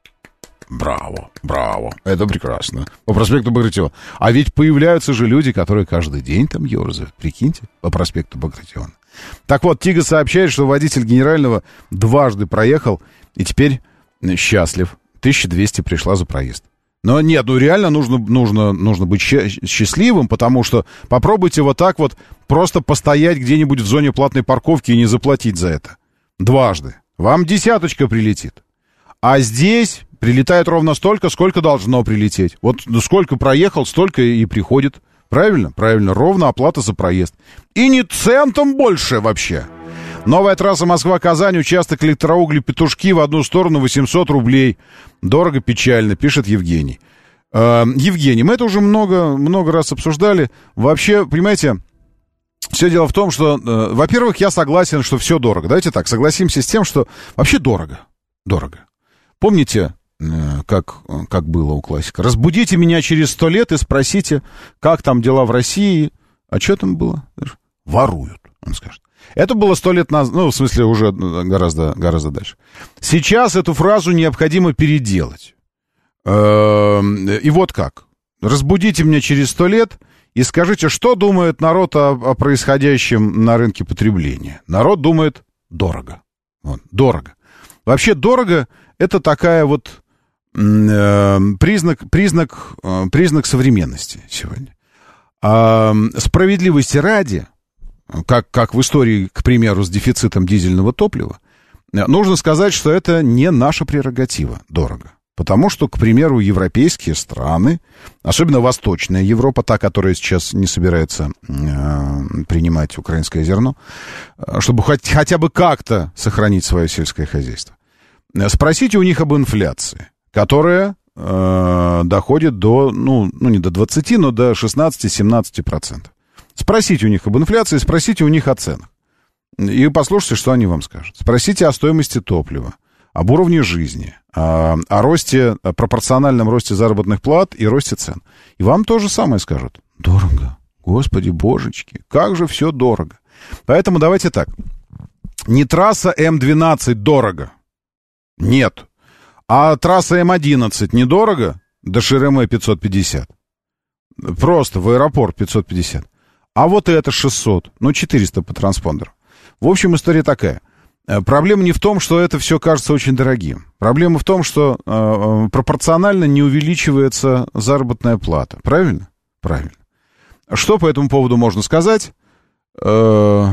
браво, браво, это прекрасно, по проспекту Багратиона. А ведь появляются же люди, которые каждый день там ерзают, прикиньте, по проспекту Багратиона. Так вот, Тига сообщает, что водитель генерального дважды проехал, и теперь счастлив, тысяча двести пришла за проезд. Но нет, ну реально нужно, нужно, нужно быть счастливым, потому что попробуйте вот так вот просто постоять где-нибудь в зоне платной парковки и не заплатить за это. Дважды. Вам десяточка прилетит. А здесь прилетает ровно столько, сколько должно прилететь. Вот сколько проехал, столько и приходит. Правильно? Правильно. Ровно оплата за проезд. И не центом больше вообще. Новая трасса Москва-Казань, участок электроугли-Петушки в одну сторону восемьсот рублей. Дорого, печально, пишет Евгений. Э, Евгений, мы это уже много, много раз обсуждали. Вообще, понимаете... Все дело в том, что, э, во-первых, я согласен, что все дорого. Давайте так, согласимся с тем, что вообще дорого. Дорого. Помните, э, как, как было у классика? Разбудите меня через сто лет и спросите, как там дела в России. А что там было? Воруют, он скажет. Это было сто лет назад, ну, в смысле, уже гораздо, гораздо дальше. Сейчас эту фразу необходимо переделать. Э, и вот как. Разбудите меня через сто лет... И скажите, что думает народ о, о происходящем на рынке потребления? Народ думает дорого. Вот, дорого. Вообще дорого — это такая вот э, признак, признак, э, признак современности сегодня. А справедливости ради, как, как в истории, к примеру, с дефицитом дизельного топлива, нужно сказать, что это не наша прерогатива дорого. Потому что, к примеру, европейские страны, особенно Восточная Европа, та, которая сейчас не собирается э, принимать украинское зерно, чтобы хоть, хотя бы как-то сохранить свое сельское хозяйство, спросите у них об инфляции. которая э, доходит до, ну, ну, не до двадцати, но до шестнадцати-семнадцати процентов. Спросите у них об инфляции, спросите у них о ценах. И послушайте, что они вам скажут. Спросите о стоимости топлива, об уровне жизни, о, о росте, о пропорциональном росте заработных плат и росте цен. И вам то же самое скажут. Дорого. Господи, божечки, как же все дорого. Поэтому давайте так. Не трасса эм двенадцать дорого. Нет. А трасса эм одиннадцать недорого? До Шереме пятьсот пятьдесят. Просто в аэропорт пятьсот пятьдесят. А вот это шестьсот. Ну, четыреста по транспондеру. В общем, история такая. Проблема не в том, что это все кажется очень дорогим. Проблема в том, что э, пропорционально не увеличивается заработная плата. Правильно? Правильно. Что по этому поводу можно сказать? Э,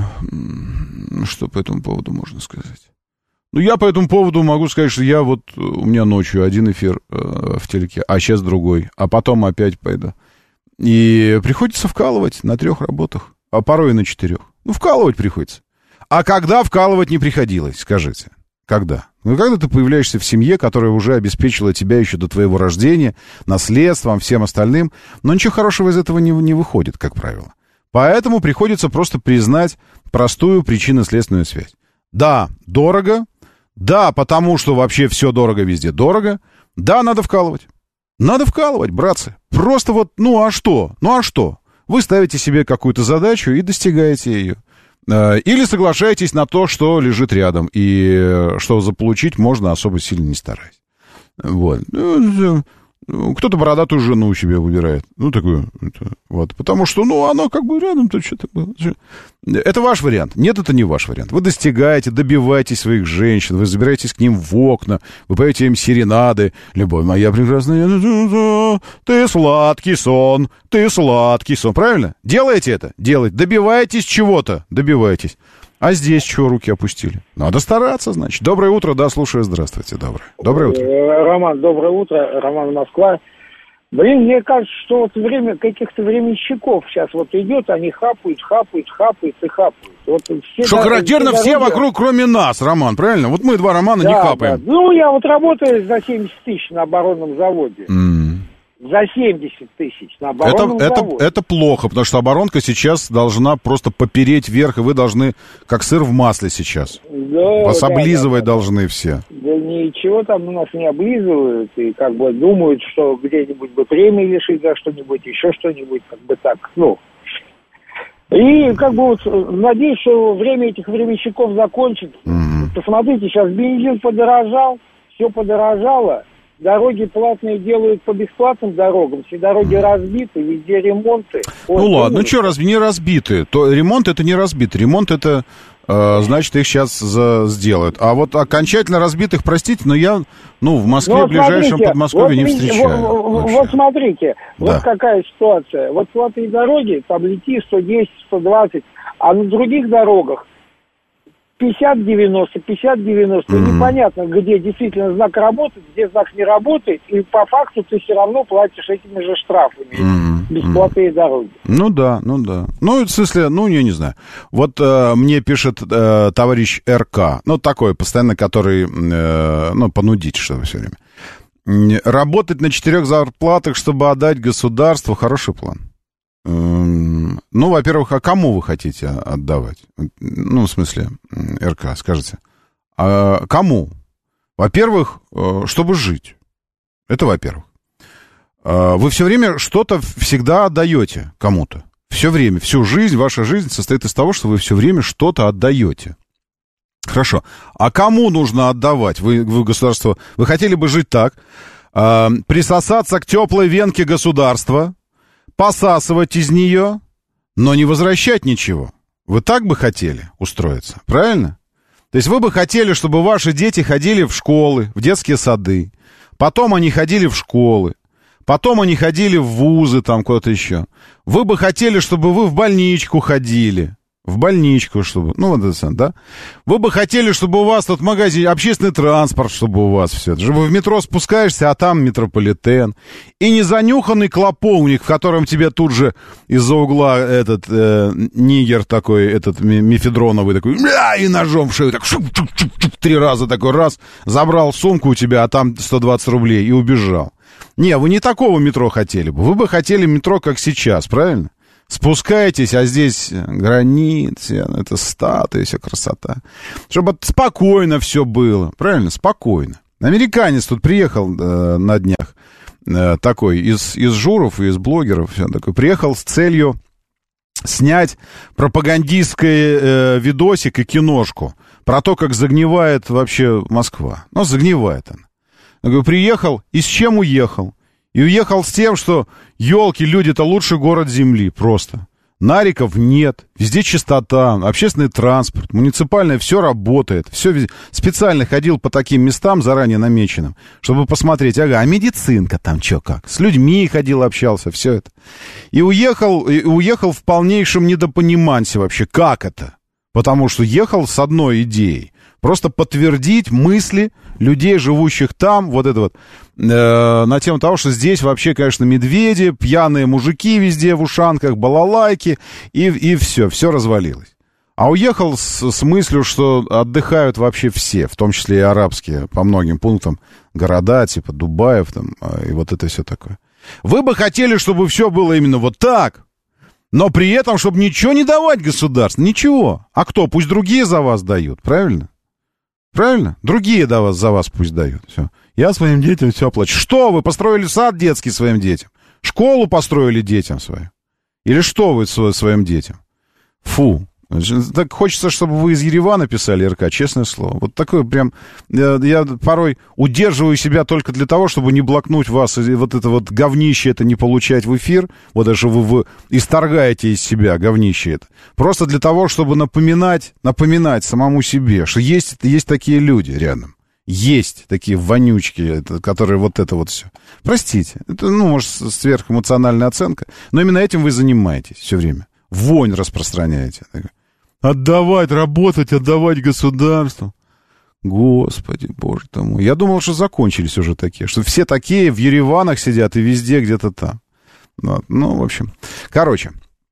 что по этому поводу можно сказать? Ну, я по этому поводу могу сказать, что я вот... У меня ночью один эфир э, в телеке, а сейчас другой. А потом опять пойду. И приходится вкалывать на трех работах. А порой и на четырех. Ну, вкалывать приходится. А когда вкалывать не приходилось, скажите? Когда? Ну, когда ты появляешься в семье, которая уже обеспечила тебя еще до твоего рождения, наследством, всем остальным, но ничего хорошего из этого не, не выходит, как правило. Поэтому приходится просто признать простую причинно-следственную связь. Да, дорого. Да, потому что вообще все дорого везде дорого. Да, надо вкалывать. Надо вкалывать, братцы. Просто вот, ну а что? Ну а что? Вы ставите себе какую-то задачу и достигаете ее. Или соглашаетесь на то, что лежит рядом, и что заполучить можно, особо сильно не стараясь. Вот. Кто-то бородатую жену себе выбирает. Ну, такую. Вот. Потому что, ну, оно как бы рядом-то что-то было. Это ваш вариант. Нет, это не ваш вариант. Вы достигаете, добиваетесь своих женщин, вы забираетесь к ним в окна, вы поете им серенады. Любовь моя прекрасная, ты сладкий сон, ты сладкий сон. Правильно? Делаете это? Делаете. Добиваетесь чего-то? Добиваетесь. А здесь чего руки опустили? Надо стараться, значит. Доброе утро, да, слушаю, здравствуйте, доброе. Доброе утро. Роман, доброе утро, Роман, Москва. Блин, мне кажется, что вот время каких-то временщиков сейчас вот идет, они хапают, хапают, хапают и хапают. Вот все что характерно, все, все вокруг, кроме нас, Роман, правильно? Вот мы два Романа да, не хапаем. Да. Ну, я вот работаю за семьдесят тысяч на оборонном заводе. Mm. За семьдесят тысяч на оборонном это, заводе. Это, это плохо, потому что оборонка сейчас должна просто попереть вверх, и вы должны, как сыр в масле сейчас. Да, вас да, облизывать да, должны да. все. Да ничего там у нас не облизывают, и как бы думают, что где-нибудь бы премии лишить за что-нибудь, еще что-нибудь, как бы так, ну. И как бы вот надеюсь, что время этих временщиков закончится. Mm-hmm. Посмотрите, сейчас бензин подорожал, все подорожало. Дороги платные делают по бесплатным дорогам, все дороги разбиты, везде ремонты. Ну вот, ладно, ну что, разве не разбиты? То ремонт это не разбит, ремонт это, э, значит, их сейчас за, сделают. А вот окончательно разбитых, простите, но я, ну, в Москве, ну, в ближайшем смотрите, Подмосковье вот, не встречаю. Вот, вот смотрите, да. Вот какая ситуация. Вот платные дороги, там лети сто десять, сто двадцать, а на других дорогах пятьдесят девяносто, пятьдесят девяносто, mm-hmm. непонятно, где действительно знак работает, где знак не работает, и по факту ты все равно платишь этими же штрафами. Mm-hmm. Бесплатные mm-hmm. дороги. Ну да, ну да. Ну, в смысле, ну, я не знаю. Вот э, мне пишет э, товарищ РК, ну, такой постоянно, который, э, ну, понудить, что все время. Работать на четырех зарплатах, чтобы отдать государству, хороший план. Ну, во-первых, а кому вы хотите отдавать? Ну, в смысле, РК, скажите. А кому? Во-первых, чтобы жить. Это во-первых. Вы все время что-то всегда отдаете кому-то. Все время, всю жизнь, ваша жизнь состоит из того, что вы все время что-то отдаете. Хорошо. А кому нужно отдавать? Вы, вы государство... Вы хотели бы жить так. Присосаться к теплой венке государства, посасывать из нее, но не возвращать ничего. Вы так бы хотели устроиться, правильно? То есть вы бы хотели, чтобы ваши дети ходили в школы, в детские сады, потом они ходили в школы, потом они ходили в вузы, там куда-то еще. Вы бы хотели, чтобы вы в больничку ходили, в больничку, чтобы... Ну, вот это, да? Вы бы хотели, чтобы у вас тут магазин, общественный транспорт, чтобы у вас все это. Чтобы в метро спускаешься, а там метрополитен. И не занюханный клоповник, в котором тебе тут же из-за угла этот э, нигер такой, этот мефедроновый такой, и ножом в шею так шук, шук, шук, шук, три раза такой раз, забрал сумку у тебя, а там сто двадцать рублей и убежал. Не, вы не такого метро хотели бы. Вы бы хотели метро, как сейчас, правильно? Спускаетесь, а здесь границы, это статуи, все красота. Чтобы спокойно все было, правильно? Спокойно. Американец тут приехал э, на днях, э, такой, из, из журов и из блогеров, все такой, приехал с целью снять пропагандистский э, видосик и киношку про то, как загнивает вообще Москва. Ну, загнивает она. Я говорю, приехал и с чем уехал? И уехал с тем, что, елки, люди-то лучший город Земли, просто. Нариков нет, везде чистота, общественный транспорт, муниципальное, все работает. Все везде. Специально ходил по таким местам, заранее намеченным, чтобы посмотреть, ага, а медицинка там что как? С людьми ходил, общался, все это. И уехал, и уехал в полнейшем недопонимании вообще, как это? Потому что ехал с одной идеей. Просто подтвердить мысли людей, живущих там, вот это вот, э, на тему того, что здесь вообще, конечно, медведи, пьяные мужики везде в ушанках, балалайки, и, и все, все развалилось. А уехал с, с мыслью, что отдыхают вообще все, в том числе и арабские, по многим пунктам, города, типа Дубаев там, и вот это все такое. Вы бы хотели, чтобы все было именно вот так, но при этом, чтобы ничего не давать государству, ничего. А кто? Пусть другие за вас дают, правильно? Правильно? Другие до вас, за вас пусть дают. Все. Я своим детям все оплачу. Что вы построили сад детский своим детям? Школу построили детям своим? Или что вы своим детям? Фу. Так хочется, чтобы вы из Еревана писали, РК, честное слово. Вот такое прям... Я, я порой удерживаю себя только для того, чтобы не блокнуть вас, и вот это вот говнище это не получать в эфир, вот даже вы, вы исторгаете из себя говнище это. Просто для того, чтобы напоминать, напоминать самому себе, что есть, есть такие люди рядом. Есть такие вонючки, которые вот это вот все. Простите, это, ну, может, сверхэмоциональная оценка, но именно этим вы занимаетесь все время. Вонь распространяете. Отдавать, работать, отдавать государству. Господи, боже ты мой. Я думал, что закончились уже такие, что все такие в Ереванах сидят и везде где-то там. Вот. Ну, в общем. Короче.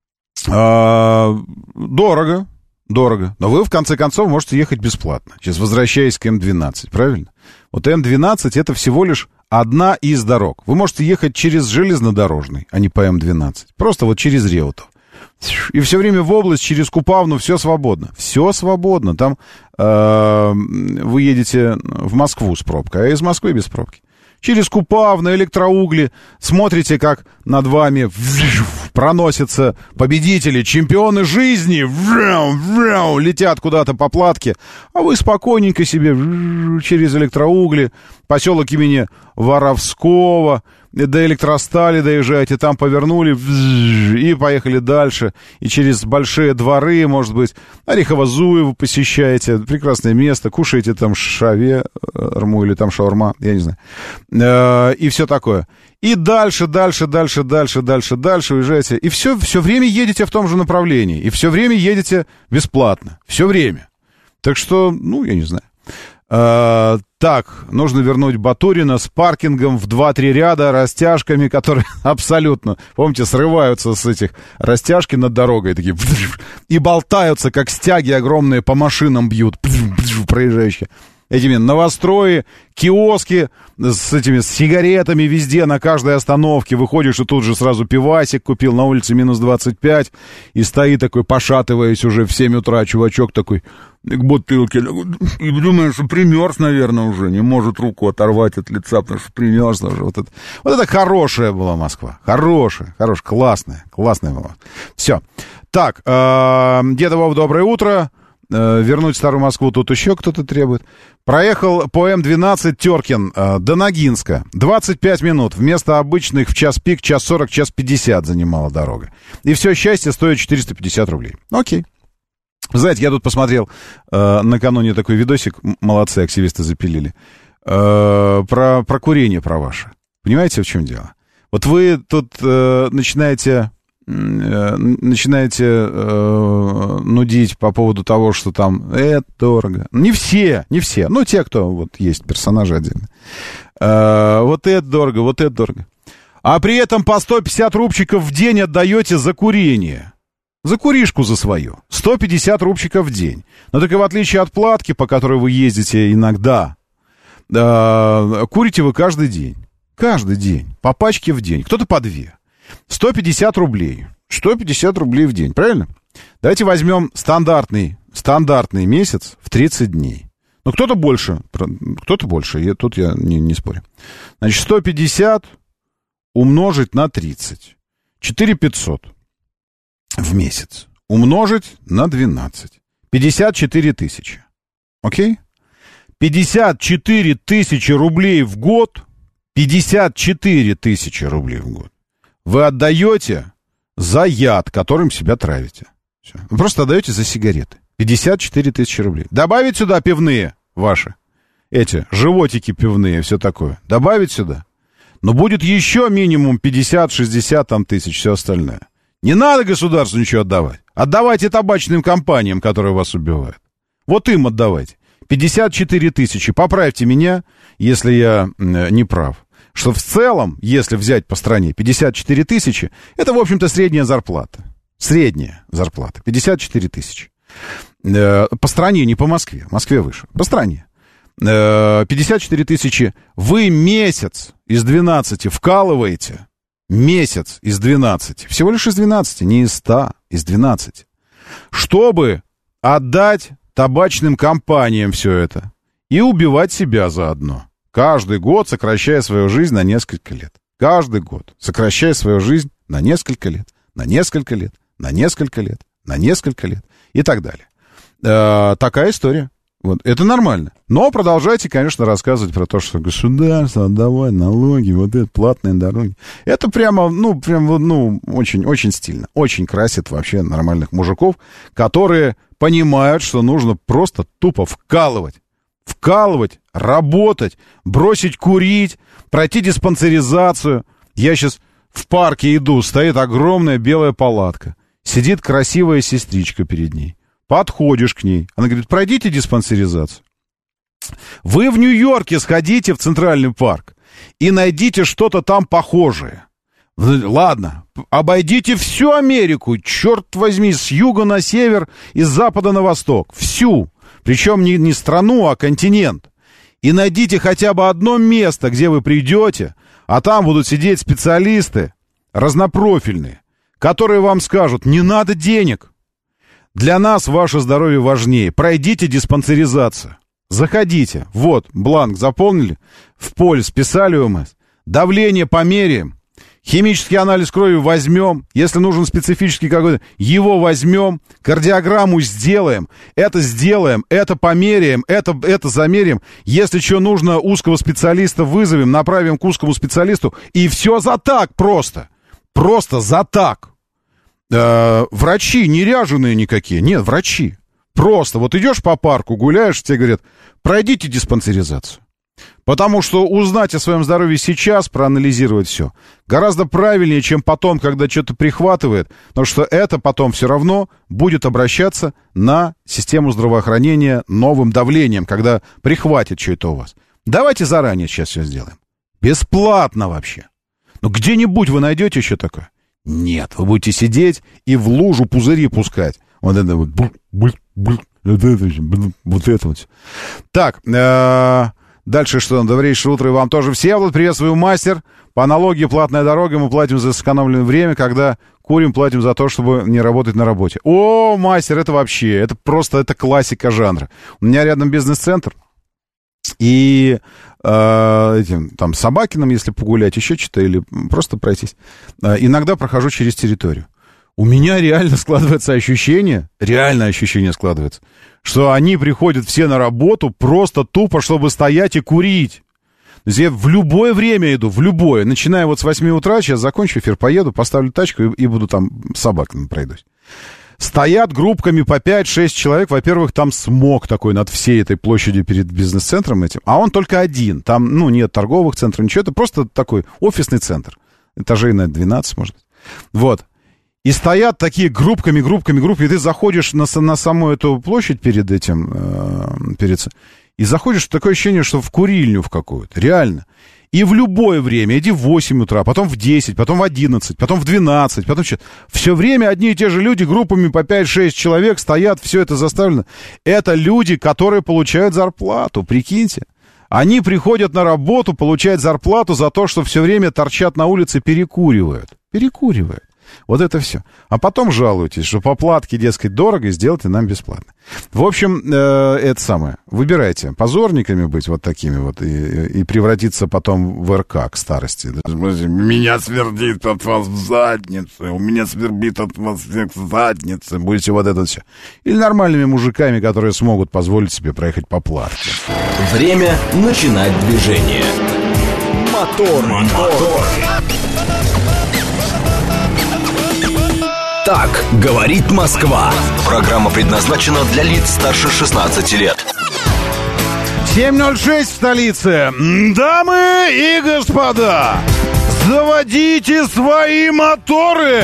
А, дорого. Дорого. Но вы, в конце концов, можете ехать бесплатно. Сейчас возвращаясь к эм двенадцать, правильно? Вот эм двенадцать это всего лишь одна из дорог. Вы можете ехать через железнодорожный, а не по эм двенадцать. Просто вот через Реутов. И все время в область, через Купавну, все свободно. Все свободно. Там э, вы едете в Москву с пробкой, а из Москвы без пробки. Через Купавну, электроугли. Смотрите, как над вами проносятся победители, чемпионы жизни. Летят куда-то по платке. А вы спокойненько себе через электроугли. Поселок имени Воровского. До Электростали доезжаете, там повернули и поехали дальше. И через большие дворы, может быть, Орехово-Зуево посещаете. Прекрасное место. Кушаете там шаверму или там шаурма, я не знаю. И все такое. И дальше, дальше, дальше, дальше, дальше, дальше уезжаете. И все, все время едете в том же направлении. И все время едете бесплатно. Все время. Так что, ну, я не знаю. Uh, так, нужно вернуть Батурина с паркингом в два-три ряда, растяжками, которые абсолютно, помните, срываются с этих растяжки над дорогой, такие, и болтаются, как стяги огромные, по машинам бьют, проезжающие. Этими новострои, киоски с этими с сигаретами везде, на каждой остановке. Выходишь, и тут же сразу пивасик купил, на улице минус двадцать пять, и стоит такой, пошатываясь уже в семь утра, чувачок такой к бутылке. И думаешь, что примерз, наверное, уже, не может руку оторвать от лица, потому что примерз уже. Вот это, вот это хорошая была Москва. Хорошая, хорошая, классная, классная была. Все. Так, э, Деда Вов, доброе утро. Вернуть Старую Москву тут еще кто-то требует. Проехал по эм двенадцать Теркин э, до Ногинска. двадцать пять минут. Вместо обычных в час пик, час сорок, час пятьдесят занимала дорога. И все счастье стоит четыреста пятьдесят рублей. Окей. Знаете, я тут посмотрел э, накануне такой видосик. Молодцы, активисты запилили. Э, про, про курение, про ваше. Понимаете, в чем дело? Вот вы тут э, начинаете начинаете э, нудить по поводу того, что там это дорого. Не все, не все. Ну, те, кто вот есть персонажи отдельно. Э, вот это дорого, вот это дорого. А при этом по сто пятьдесят рубчиков в день отдаете за курение. За куришку за свою. сто пятьдесят рубчиков в день. Но только в отличие от платки, по которой вы ездите иногда, э, курите вы каждый день. Каждый день. По пачке в день. Кто-то по две. сто пятьдесят рублей. сто пятьдесят рублей в день, правильно? Давайте возьмем стандартный, стандартный месяц в тридцать дней. Ну, кто-то больше, кто-то больше, я, тут я не, не спорю. Значит, сто пятьдесят умножить на тридцать. четыре тысячи пятьсот в месяц. Умножить на двенадцать. пятьдесят четыре тысячи. Окей? пятьдесят четыре тысячи рублей в год. пятьдесят четыре тысячи рублей в год. Вы отдаете за яд, которым себя травите. Все. Вы просто отдаете за сигареты. пятьдесят четыре тысячи рублей. Добавить сюда пивные ваши. Эти животики пивные, все такое. Добавить сюда. Но будет еще минимум пятьдесят-шестьдесят там тысяч, все остальное. Не надо государству ничего отдавать. Отдавайте табачным компаниям, которые вас убивают. Вот им отдавайте. пятьдесят четыре тысячи. Поправьте меня, если я э, не прав. Что в целом, если взять по стране пятьдесят четыре тысячи, это, в общем-то, средняя зарплата. Средняя зарплата. пятьдесят четыре тысячи. Э, по стране, не по Москве. В Москве выше. По стране. Э, пятьдесят четыре тысячи. Вы месяц из двенадцати вкалываете. Месяц из двенадцати. Всего лишь из двенадцати, не из ста, из двенадцати. Чтобы отдать табачным компаниям все это. И убивать себя заодно. Каждый год сокращая свою жизнь на несколько лет. Каждый год сокращая свою жизнь на несколько лет. На несколько лет. На несколько лет. На несколько лет. И так далее. Э, такая история. Вот. Это нормально. Но продолжайте, конечно, рассказывать про то, что государство отдавать налоги, вот это платные дороги. Это прямо, ну, прям, ну, очень, очень стильно. Очень красит вообще нормальных мужиков, которые понимают, что нужно просто тупо вкалывать. Вкалывать, работать, бросить курить, пройти диспансеризацию. Я сейчас в парке иду, стоит огромная белая палатка. Сидит красивая сестричка перед ней. Подходишь к ней. Она говорит, пройдите диспансеризацию. Вы в Нью-Йорке сходите в Центральный парк и найдите что-то там похожее. Ладно, обойдите всю Америку, черт возьми, с юга на север и с запада на восток. Всю. Причем не, не страну, а континент. И найдите хотя бы одно место, где вы придете, а там будут сидеть специалисты разнопрофильные, которые вам скажут, не надо денег. Для нас ваше здоровье важнее. Пройдите диспансеризацию. Заходите. Вот, бланк заполнили, в полис писали ОМС. Давление померяем. Химический анализ крови возьмем. Если нужен специфический какой-то, его возьмем. Кардиограмму сделаем. Это сделаем. Это померяем. Это, это замерим. Если что нужно, узкого специалиста вызовем. Направим к узкому специалисту. И все за так просто. Просто за так. Э, врачи не ряженые никакие. Нет, врачи. Просто вот идешь по парку, гуляешь, тебе говорят, пройдите диспансеризацию. Потому что узнать о своем здоровье сейчас, проанализировать все, гораздо правильнее, чем потом, когда что-то прихватывает, потому что это потом все равно будет обращаться на систему здравоохранения новым давлением, когда прихватит что-то у вас. Давайте заранее сейчас все сделаем. Бесплатно вообще. Ну где-нибудь вы найдете еще такое? Нет, вы будете сидеть и в лужу пузыри пускать. Вот это вот. Вот это вот. Так, дальше что? Добрейшее утро и вам тоже. Всеволод, приветствую, мастер. По аналогии платная дорога, мы платим за сэкономленное время, когда курим, платим за то, чтобы не работать на работе. О, мастер, это вообще, это просто, это классика жанра. У меня рядом бизнес-центр, и э, этим, там, с Собакиным, если погулять, еще что-то, или просто пройтись, э, иногда прохожу через территорию. У меня реально складывается ощущение, реально ощущение складывается, что они приходят все на работу просто тупо, чтобы стоять и курить. То есть я в любое время иду, в любое. Начиная вот с восьми утра, сейчас закончу эфир, поеду, поставлю тачку и, и буду там с собаками пройдусь. Стоят группками по пять-шесть человек. Во-первых, там смог такой над всей этой площадью перед бизнес-центром этим. А он только один. Там, ну, нет торговых центров, ничего. Это просто такой офисный центр. Этажей на двенадцать, может быть. Вот. И стоят такие группками, группками, группками. И ты заходишь на, на саму эту площадь перед этим, э, перед, и заходишь, такое ощущение, что в курильню в какую-то. Реально. И в любое время. Иди в восемь утра, потом в десять, потом в одиннадцать, потом в двенадцать, потом что-то. Все время одни и те же люди группами по пять-шесть человек стоят, все это заставлено. Это люди, которые получают зарплату, прикиньте. Они приходят на работу, получают зарплату за то, что все время торчат на улице, перекуривают. Перекуривают. Вот это все. А потом жалуетесь, что по платке, дескать, дорого, и сделайте нам бесплатно. В общем, э, это самое. Выбирайте. Позорниками быть вот такими вот и, и превратиться потом в РК к старости. Меня свербит от вас в заднице. У меня свербит от вас в заднице. Будете вот это все. Или нормальными мужиками, которые смогут позволить себе проехать по платке. Время начинать движение. Мотор, мотор. Так говорит Москва. Программа предназначена для лиц старше шестнадцати лет. семь ноль шесть в столице. Дамы и господа, заводите свои моторы.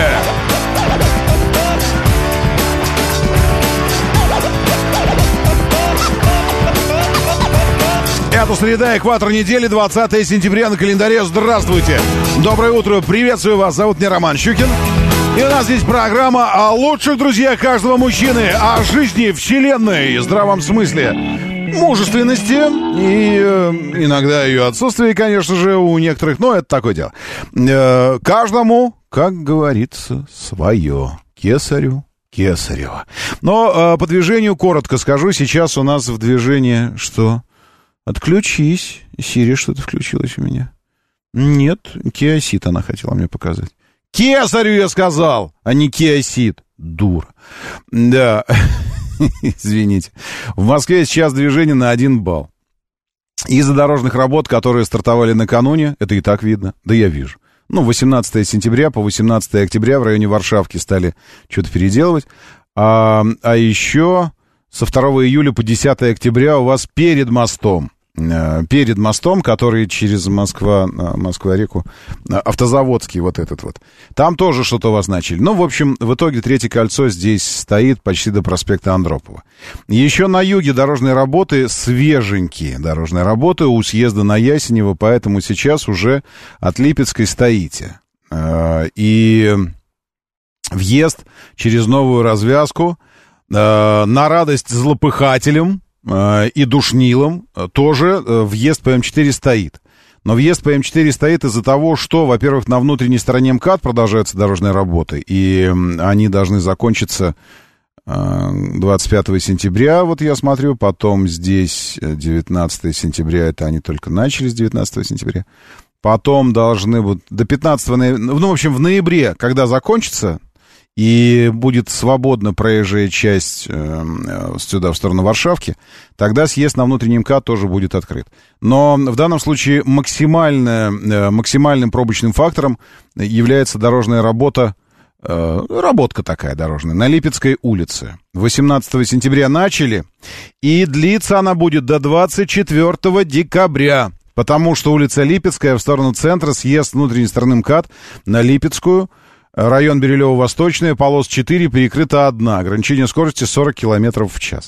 Это среда, экватор недели, двадцатое сентября на календаре. Здравствуйте. Доброе утро. Приветствую вас. Зовут меня Роман Щукин. И у нас здесь программа о лучших друзьях каждого мужчины, о жизни, вселенной, здравом смысле, мужественности и э, иногда ее отсутствии, конечно же, у некоторых, но это такое дело. Э, каждому, как говорится, свое. Кесарю Кесарева. Но э, по движению коротко скажу. Сейчас у нас в движении что? Отключись. Сири что-то включилось у меня. Нет, Киосит она хотела мне показать. Кесарю я сказал, а не Киосит. Дура. Да, извините. В Москве сейчас движение на один балл. Из-за дорожных работ, которые стартовали накануне, это и так видно, да я вижу. Ну, восемнадцатое сентября по восемнадцатое октября в районе Варшавки стали что-то переделывать. А, а еще со второго июля по десятое октября у вас перед мостом, перед мостом, который через Москва, Москва-реку, автозаводский вот этот вот. Там тоже что-то у вас начали. Ну, в общем, в итоге третье кольцо здесь стоит почти до проспекта Андропова. Еще на юге дорожные работы, свеженькие дорожные работы у съезда на Ясенево, поэтому сейчас уже от Липецкой стоите. И въезд через новую развязку на радость злопыхателям и душнилам тоже въезд по эм четыре стоит. Но въезд по эм четыре стоит из-за того, что, во-первых, на внутренней стороне МКАД продолжаются дорожные работы, и они должны закончиться двадцать пятого сентября, вот я смотрю, потом здесь девятнадцатое сентября, это они только начали с девятнадцатого сентября, потом должны будут до пятнадцатого ноября, ну, в общем, в ноябре, когда закончится, и будет свободна проезжая часть э, сюда, в сторону Варшавки, тогда съезд на внутренний МКАД тоже будет открыт. Но в данном случае максимально, э, максимальным пробочным фактором является дорожная работа, э, работка такая дорожная, на Липецкой улице. восемнадцатого сентября начали, и длится она будет до двадцать четвёртого декабря, потому что улица Липецкая в сторону центра, съезд с внутренней стороны МКАД на Липецкую, район Бирюлево-Восточная, полос четыре, перекрыта одна. Ограничение скорости сорок километров в час.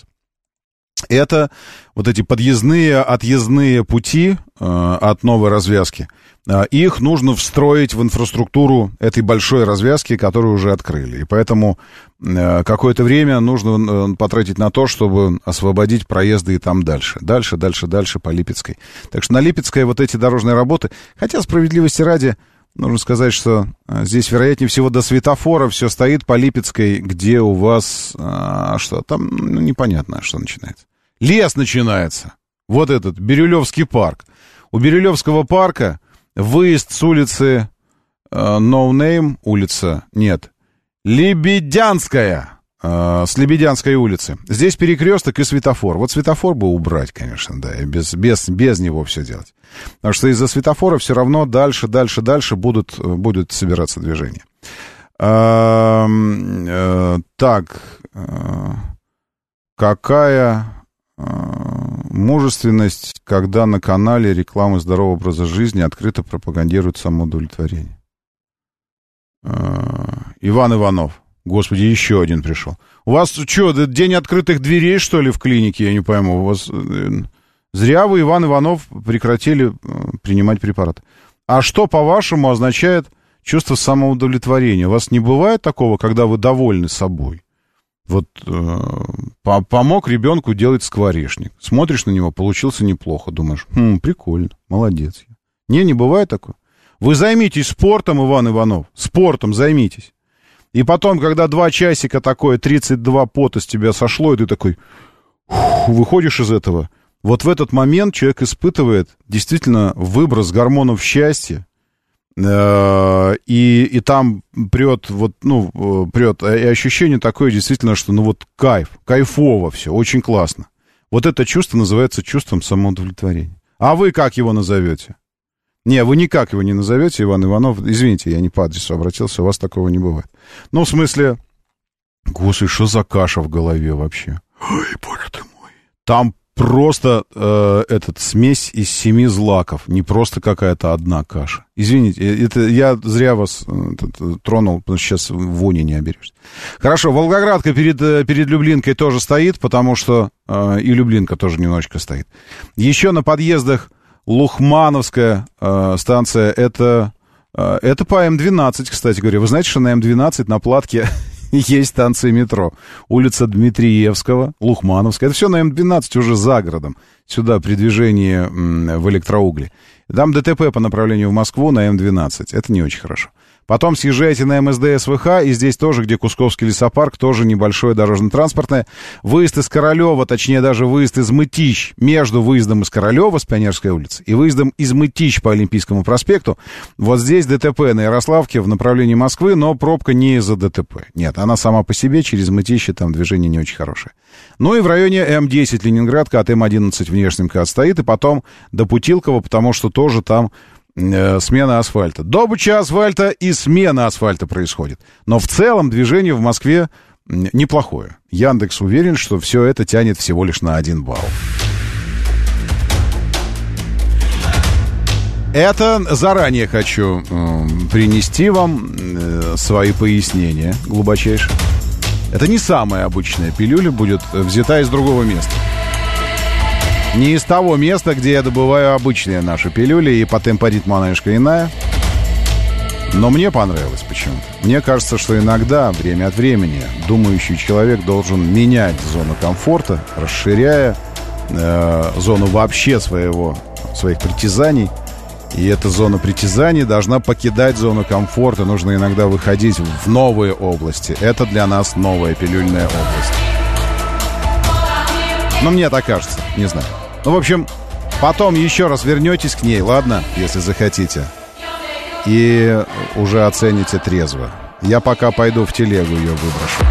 Это вот эти подъездные, отъездные пути э, от новой развязки. Э, их нужно встроить в инфраструктуру этой большой развязки, которую уже открыли. И поэтому э, какое-то время нужно э, потратить на то, чтобы освободить проезды и там дальше. Дальше, дальше, дальше по Липецкой. Так что на Липецкой вот эти дорожные работы, хотя справедливости ради, нужно сказать, что здесь, вероятнее всего, до светофора все стоит по Липецкой, где у вас... А, что там? Ну, непонятно, что начинается. Лес начинается. Вот этот, Бирюлевский парк. У Бирюлевского парка выезд с улицы uh, No Name, улица, нет, Лебедянская, uh, с Лебедянской улицы. Здесь перекресток и светофор. Вот светофор бы убрать, конечно, да, и без, без, без него все делать. Потому что из-за светофора все равно дальше, дальше, дальше будут, будет собираться движение. А, а, так, а, какая а, мужественность, когда на канале рекламы здорового образа жизни открыто пропагандирует самоудовлетворение? А, Иван Иванов. Господи, еще один пришел. У вас что, день открытых дверей, что ли, в клинике? Я не пойму. У вас... Зря вы, Иван Иванов, прекратили принимать препараты. А что, по-вашему, означает чувство самоудовлетворения? У вас не бывает такого, когда вы довольны собой? Вот э, помог ребенку делать скворечник. Смотришь на него, получился неплохо. Думаешь, хм, прикольно, молодец. Не, не бывает такого. Вы займитесь спортом, Иван Иванов. Спортом займитесь. И потом, когда два часика такое, тридцать два пота с тебя сошло, и ты такой, фу, выходишь из этого. Вот в этот момент человек испытывает действительно выброс гормонов счастья. Э, и, и там прет, вот, ну, прет, и ощущение такое действительно, что, ну, вот кайф, кайфово все, очень классно. Вот это чувство называется чувством самоудовлетворения. А вы как его назовете? Не, вы никак его не назовете, Иван Иванов. Извините, я не по адресу обратился, у вас такого не бывает. Ну, в смысле, господи, что за каша в голове вообще? Ой, боже ты мой. Там просто э, этот смесь из семи злаков, не просто какая-то одна каша. Извините, это я зря вас это, тронул, потому что сейчас вони не оберешься. Хорошо, Волгоградка перед, перед Люблинкой тоже стоит, потому что э, и Люблинка тоже немножечко стоит. Еще на подъездах Лухмановская э, станция, это, э, это по эм двенадцать, кстати говоря. Вы знаете, что на эм двенадцать на Платке есть станция метро. Улица Дмитриевского, Лухмановская. Это все на эм двенадцать уже за городом. Сюда при движении м, в электроугле. Там ДТП по направлению в Москву на эм двенадцать. Это не очень хорошо. Потом съезжаете на эм эс дэ эс вэ ха, и здесь тоже, где Кусковский лесопарк, тоже небольшое дорожно-транспортное. Выезд из Королева, точнее даже выезд из Мытищ, между выездом из Королева с Пионерской улицы и выездом из Мытищ по Олимпийскому проспекту. Вот здесь ДТП на Ярославке в направлении Москвы, но пробка не из-за ДТП. Нет, она сама по себе, через Мытищи там движение не очень хорошее. Ну и в районе эм десять Ленинградка от эм одиннадцать внешним МКАД стоит, и потом до Путилково, потому что тоже там смена асфальта. Добыча асфальта и смена асфальта происходит. Но в целом движение в Москве неплохое. Яндекс уверен, что все это тянет всего лишь на один балл. Это заранее хочу э, принести вам э, свои пояснения глубочайшие. Это не самая обычная пилюля, будет взята из другого места. Не из того места, где я добываю обычные наши пилюли, и по темпоритму она немножко иная. Но мне понравилось почему-то. Мне кажется, что иногда, время от времени, думающий человек должен менять зону комфорта, расширяя э, зону вообще своего, своих притязаний. И эта зона притязаний должна покидать зону комфорта. Нужно иногда выходить в новые области. Это для нас новая пилюльная область. Но мне так кажется, не знаю. Ну, в общем, потом еще раз вернетесь к ней, ладно, если захотите. И уже оцените трезво. Я пока пойду в телегу ее выброшу.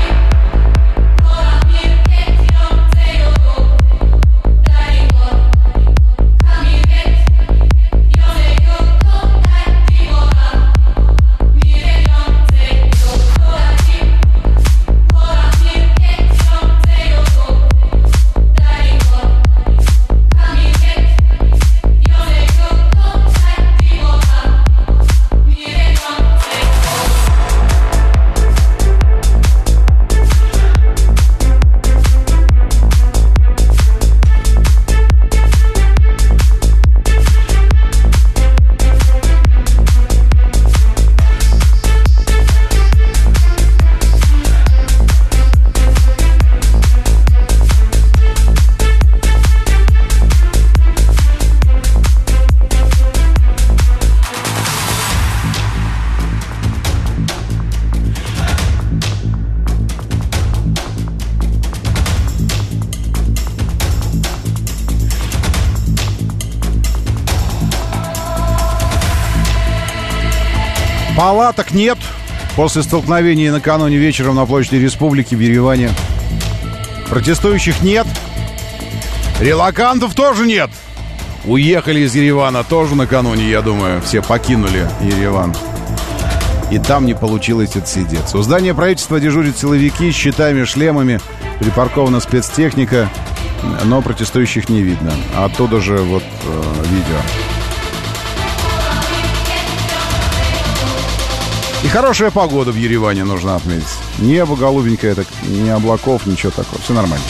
Палаток нет. После столкновения накануне вечером на площади Республики в Ереване. Протестующих нет. Релокантов тоже нет. Уехали из Еревана тоже накануне, я думаю. Все покинули Ереван. И там не получилось отсидеться. У здания правительства дежурят силовики с щитами, шлемами. Припаркована спецтехника. Но протестующих не видно. А оттуда же вот э, видео. И хорошая погода в Ереване, нужно отметить. Небо голубенькое, так, ни облаков, ничего такого. Все нормально.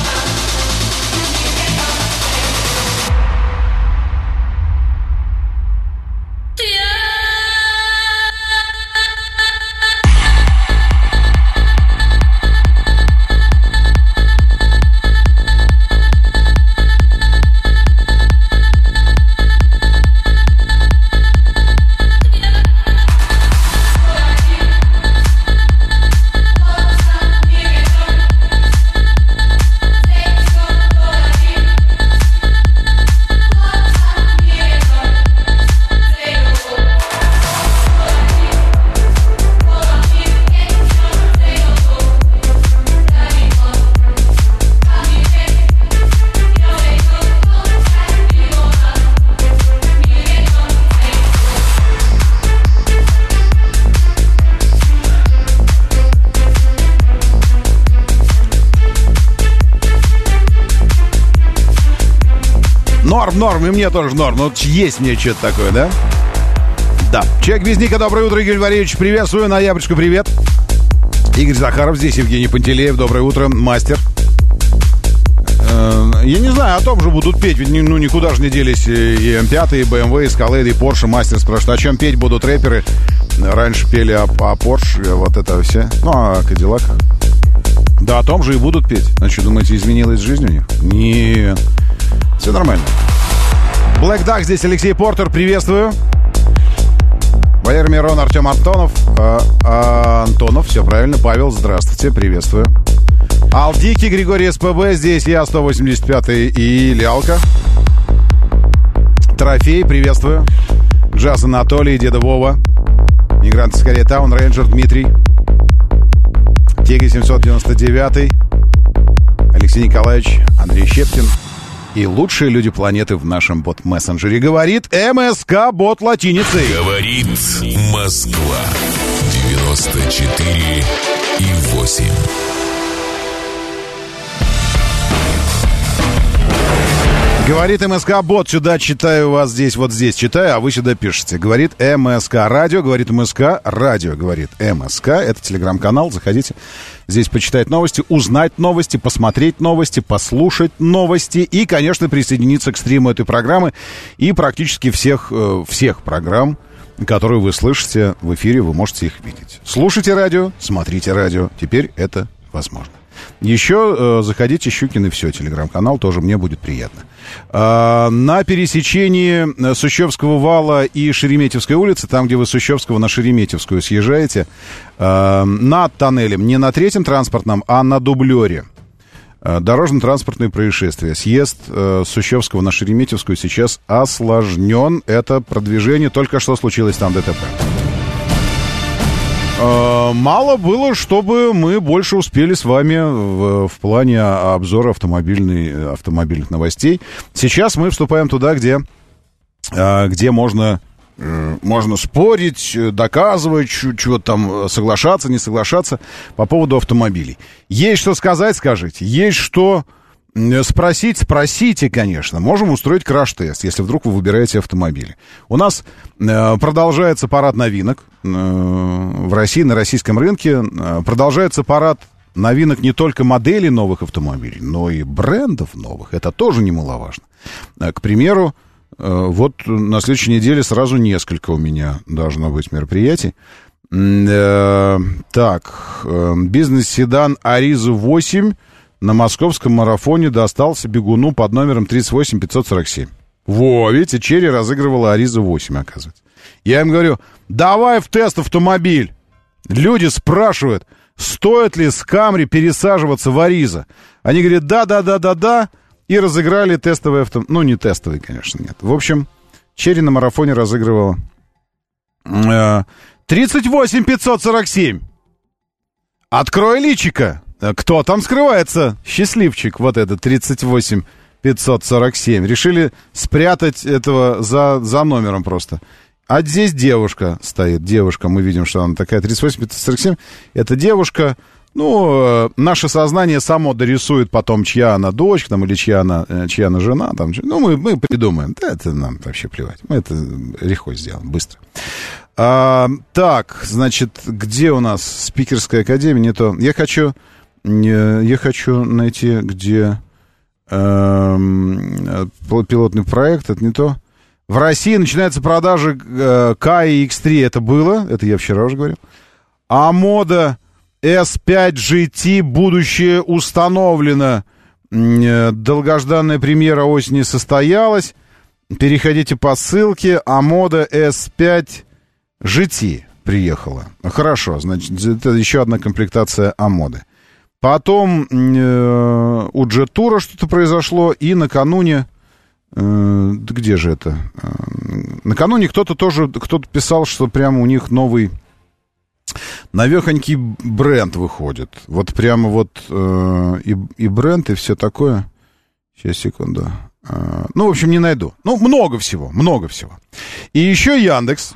Норм, норм, и мне тоже норм. Ну, есть мне что-то такое, да? Да. Человек без ника, доброе утро, Игорь Валерьевич. Приветствую, ноябрьскую привет. Игорь Захаров, здесь Евгений Пантелеев. Доброе утро, мастер. Я не знаю, о том же будут петь. Ведь ну, никуда же не делись и эм пять, и бэ эм вэ, и Escalade, и Porsche. Мастер спрашивает, о чем петь будут рэперы? Раньше пели о, о Porsche, вот это все. Ну, о Кадиллаках. Да, о том же и будут петь. Значит, думаете, изменилась жизнь у них? Нет. Все нормально. Black Duck, здесь Алексей Портер, приветствую. Валерий Мирон, Артем Антонов. А, а, Антонов, все правильно. Павел, здравствуйте, приветствую. Алдики, Григорий СПБ, здесь я, сто восемьдесят пятый и Лялка. Трофей, приветствую. Джаз Анатолий, Деда Вова. Мигрант из Корейтаун, Рейнджер Дмитрий. Теги семьсот девяносто девятый. Алексей Николаевич, Андрей Щепкин. И лучшие люди планеты в нашем бот-мессенджере. Говорит МСК-бот латиницей. Говорит Москва. девяносто четыре и восемь. Говорит МСК-бот, сюда читаю вас здесь, вот здесь читаю, а вы сюда пишете. Говорит МСК-радио, говорит МСК-радио, говорит МСК. Это телеграм-канал, заходите. Здесь почитать новости, узнать новости, посмотреть новости, послушать новости и, конечно, присоединиться к стриму этой программы и практически всех, всех программ, которые вы слышите в эфире, вы можете их видеть. Слушайте радио, смотрите радио, теперь это возможно. Еще э, заходите, Щукин и все, телеграм-канал, тоже мне будет приятно. Э, на пересечении Сущевского вала и Шереметьевской улицы, там, где вы с Сущевского на Шереметьевскую съезжаете, э, над тоннелем, не на третьем транспортном, а на дублере, э, дорожно-транспортное происшествие. Съезд э, Сущевского на Шереметьевскую сейчас осложнен. Это продвижение, только что случилось там ДТП. Мало было, чтобы мы больше успели с вами в, в плане обзора автомобильных новостей. Сейчас мы вступаем туда, где, где можно, можно спорить, доказывать, чего-то там, соглашаться, не соглашаться по поводу автомобилей. Есть что сказать, скажите. Есть что спросить, спросите, конечно. Можем устроить краш-тест, если вдруг вы выбираете автомобили. У нас э, продолжается парад новинок э, в России, на российском рынке. Э, продолжается парад новинок не только моделей новых автомобилей, но и брендов новых. Это тоже немаловажно. Э, к примеру, э, вот на следующей неделе сразу несколько у меня должно быть мероприятий. Э, так, э, бизнес-седан Ариза восемь на московском марафоне достался бегуну под номером тридцать восемь пятьсот сорок семь. Во, видите, Черри разыгрывала Ариза восемь, оказывается. Я им говорю, давай в тест автомобиль. Люди спрашивают, стоит ли с Камри пересаживаться в Ариза. Они говорят, да-да-да-да-да. И разыграли тестовый автомобиль. Ну, не тестовый, конечно, нет. В общем, Черри на марафоне разыгрывала э, тридцать восемь пятьсот сорок семь. Открой личико. Кто там скрывается? Счастливчик, вот этот тридцать восемь пятьсот сорок семь. Решили спрятать этого за, за номером просто. А здесь девушка стоит. Девушка, мы видим, что она такая тридцать восемь пятьсот сорок семь. Это девушка. Ну, наше сознание само дорисует потом, чья она дочь, там, или чья она, чья она жена. Там, ну, мы, мы придумаем. Да, это нам вообще плевать. Мы это легко сделаем, быстро. А, так, значит, где у нас спикерская академия? Не то. Я хочу, я хочу найти, где э, пилотный проект. Это не то. В России начинается продажа э, Кай икс три. Это было, это я вчера уже говорил. Амода эс пять джи ти. Будущее установлено. Долгожданная премьера осени состоялась. Переходите по ссылке. Амода эс пять джи ти приехала. Хорошо, значит, это еще одна комплектация Амоды. Потом э, у Джет-Тура что-то произошло. И накануне... Э, где же это? Э, накануне кто-то тоже... Кто-то писал, что прямо у них новый... Навехонький бренд выходит. Вот прямо вот э, и, и бренд, и все такое. Сейчас, секунду. Э, ну, в общем, не найду. Ну, много всего, много всего. И еще Яндекс.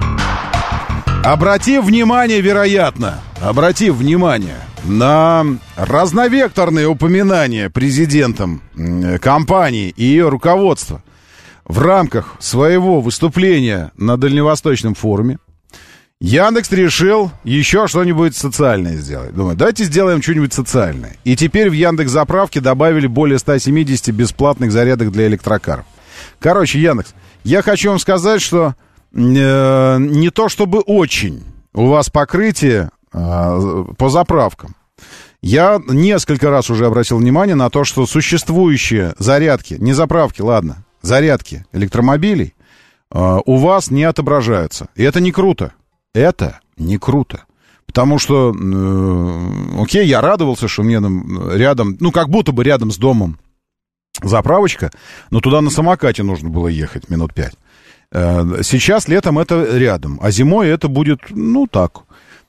Обратив внимание, вероятно, обратив внимание на разновекторные упоминания президентом компании и ее руководства в рамках своего выступления на Дальневосточном форуме, Яндекс решил еще что-нибудь социальное сделать. Думаю, давайте сделаем что-нибудь социальное. И теперь в Яндекс.Заправке добавили более ста семидесяти бесплатных зарядок для электрокаров. Короче, Яндекс, я хочу вам сказать, что э, не то чтобы очень у вас покрытие э, по заправкам. Я несколько раз уже обратил внимание на то, что существующие зарядки, не заправки, ладно, зарядки электромобилей э, у вас не отображаются. И это не круто. Это не круто. Потому что, э, окей, я радовался, что мне там рядом, ну, как будто бы рядом с домом заправочка, но туда на самокате нужно было ехать минут пять. Э, сейчас летом это рядом, а зимой это будет, ну, так.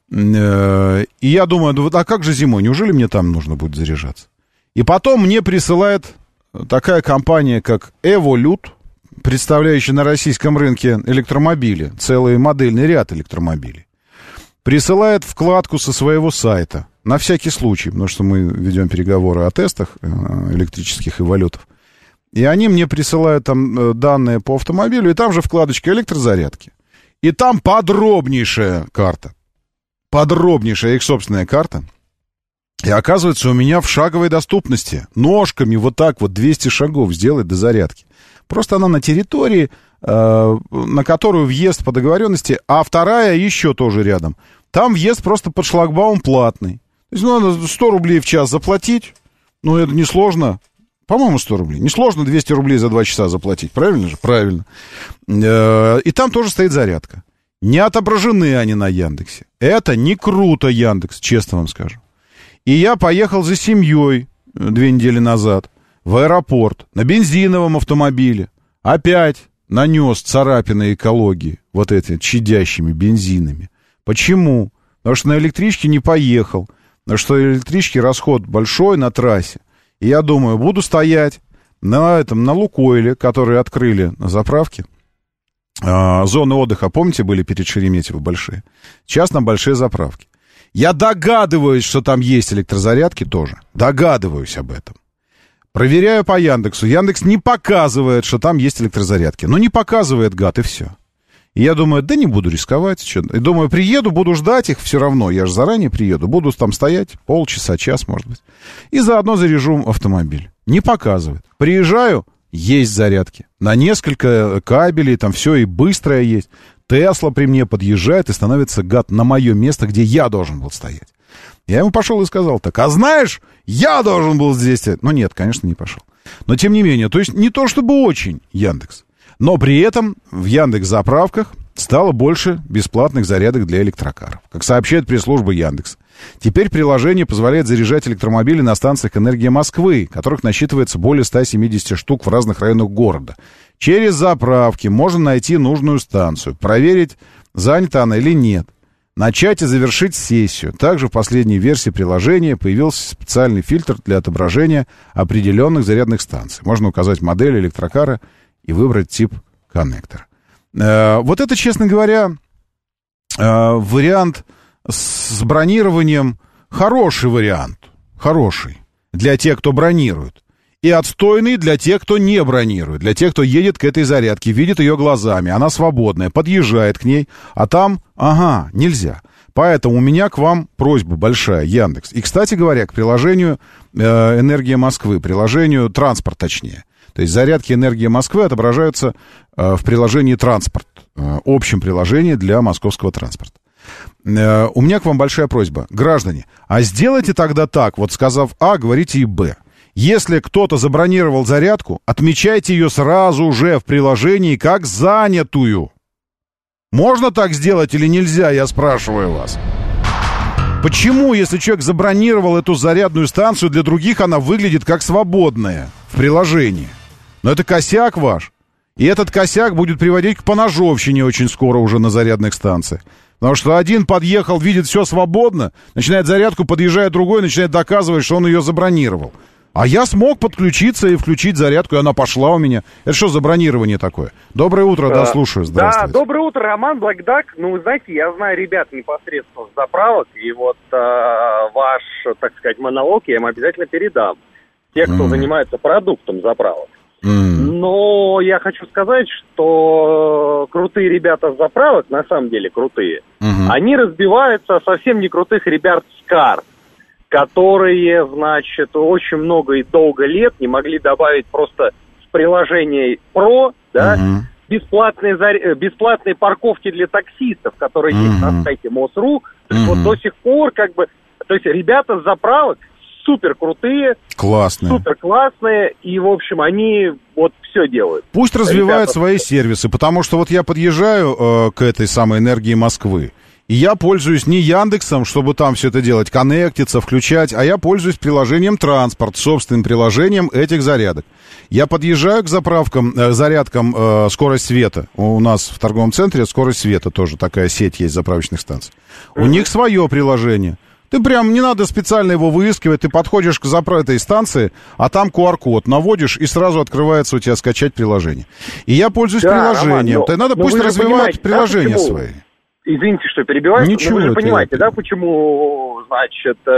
Э, и я думаю, а как же зимой? Неужели мне там нужно будет заряжаться? И потом мне присылает такая компания, как Evolute, представляющий на российском рынке электромобили, целый модельный ряд электромобилей, присылает вкладку со своего сайта, на всякий случай, потому что мы ведем переговоры о тестах электрических эволютов, и они мне присылают там данные по автомобилю, и там же вкладочка электрозарядки. И там подробнейшая карта, подробнейшая их собственная карта, и оказывается, у меня в шаговой доступности ножками вот так вот двести шагов сделать до зарядки. Просто она на территории, э, на которую въезд по договоренности, а вторая еще тоже рядом. Там въезд просто под шлагбаум платный. То есть, ну, надо сто рублей в час заплатить. Ну, это несложно. По-моему, сто рублей. Несложно двести рублей за два часа заплатить. Правильно же? Правильно. Э, и там тоже стоит зарядка. Не отображены они на Яндексе. Это не круто, Яндекс, честно вам скажу. И я поехал за семьей две недели назад в аэропорт на бензиновом автомобиле. Опять нанес царапины экологии вот эти чадящими бензинами. Почему? Потому что на электричке не поехал. Потому что на электричке расход большой на трассе. И я думаю, буду стоять на этом, на Лукойле, который открыли на заправке. А, зоны отдыха, помните, были перед Шереметьево большие? Сейчас там большие заправки. Я догадываюсь, что там есть электрозарядки тоже. Догадываюсь об этом. Проверяю по Яндексу. Яндекс не показывает, что там есть электрозарядки. Ну, не показывает, гад, и все. И я думаю, да не буду рисковать. Что? И думаю, приеду, буду ждать их все равно. Я же заранее приеду. Буду там стоять полчаса, час, может быть. И заодно заряжу автомобиль. Не показывает. Приезжаю, есть зарядки. На несколько кабелей, там все и быстрое есть. Тесла при мне подъезжает и становится, гад, на мое место, где я должен был стоять. Я ему пошел и сказал так, а знаешь, я должен был здесь стоять. Ну нет, конечно, не пошел. Но тем не менее, то есть не то чтобы очень Яндекс. Но при этом в Яндекс.Заправках стало больше бесплатных зарядок для электрокаров. Как сообщает пресс-служба Яндекса, теперь приложение позволяет заряжать электромобили на станциях «Энергия Москвы», которых насчитывается более ста семидесяти штук в разных районах города. Через заправки можно найти нужную станцию, проверить, занята она или нет, начать и завершить сессию. Также в последней версии приложения появился специальный фильтр для отображения определенных зарядных станций. Можно указать модель электрокара и выбрать тип коннектора. Э, вот это, честно говоря, э, вариант с бронированием, хороший вариант, хороший для тех, кто бронирует. и отстойный для тех, кто не бронирует, для тех, кто едет к этой зарядке, видит ее глазами, она свободная, подъезжает к ней, а там, ага, нельзя. Поэтому у меня к вам просьба большая, Яндекс. И, кстати говоря, к приложению э, «Энергия Москвы», приложению «Транспорт», точнее. То есть зарядки «Энергия Москвы» отображаются э, в приложении «Транспорт», э, общем приложении для московского транспорта. Э, у меня к вам большая просьба. Граждане, а сделайте тогда так, вот сказав А, говорите и Б. Если кто-то забронировал зарядку, отмечайте ее сразу же в приложении как занятую. Можно так сделать или нельзя, я спрашиваю вас. Почему, если человек забронировал эту зарядную станцию, для других она выглядит как свободная в приложении? Но это косяк ваш. И этот косяк будет приводить к поножовщине очень скоро уже на зарядных станциях. Потому что один подъехал, видит все свободно, начинает зарядку, подъезжает другой, начинает доказывать, что он ее забронировал. А я смог подключиться и включить зарядку, и она пошла у меня. Это что за бронирование такое? Доброе утро, да, слушаю, здравствуйте. Да, доброе утро, Роман, Блэкдак. Ну, вы знаете, я знаю ребят непосредственно с заправок, и вот э, ваш, так сказать, монолог я им обязательно передам. Те, кто mm. занимается продуктом заправок. Mm. Но я хочу сказать, что крутые ребята с заправок, на самом деле крутые, mm-hmm. они разбиваются совсем не крутых ребят с карт, которые, значит, очень много и долго лет не могли добавить просто в приложение Pro, да, uh-huh. бесплатные, зар... бесплатные парковки для таксистов, которые uh-huh. есть на сайте МОСРУ. То есть uh-huh. вот до сих пор, как бы, то есть ребята с заправок супер крутые, классные, супер классные, и, в общем, они вот все делают. Пусть развивают ребята... свои сервисы, потому что вот я подъезжаю э, к этой самой «Энергии Москвы», и я пользуюсь не Яндексом, чтобы там все это делать, коннектиться, включать, а я пользуюсь приложением «Транспорт», собственным приложением этих зарядок. Я подъезжаю к заправкам, э, зарядкам э, «Скорость света». У нас в торговом центре «Скорость света» тоже такая сеть есть заправочных станций. У них свое приложение. Ты прям не надо специально его выискивать, ты подходишь к запра- этой станции, а там ку ар код наводишь, и сразу открывается у тебя скачать приложение. И я пользуюсь да, приложением. Роман, но, надо но пусть развивают приложения да, свои. Извините, что перебиваю, Ничего, но вы же понимаете, это... да, почему, значит, э,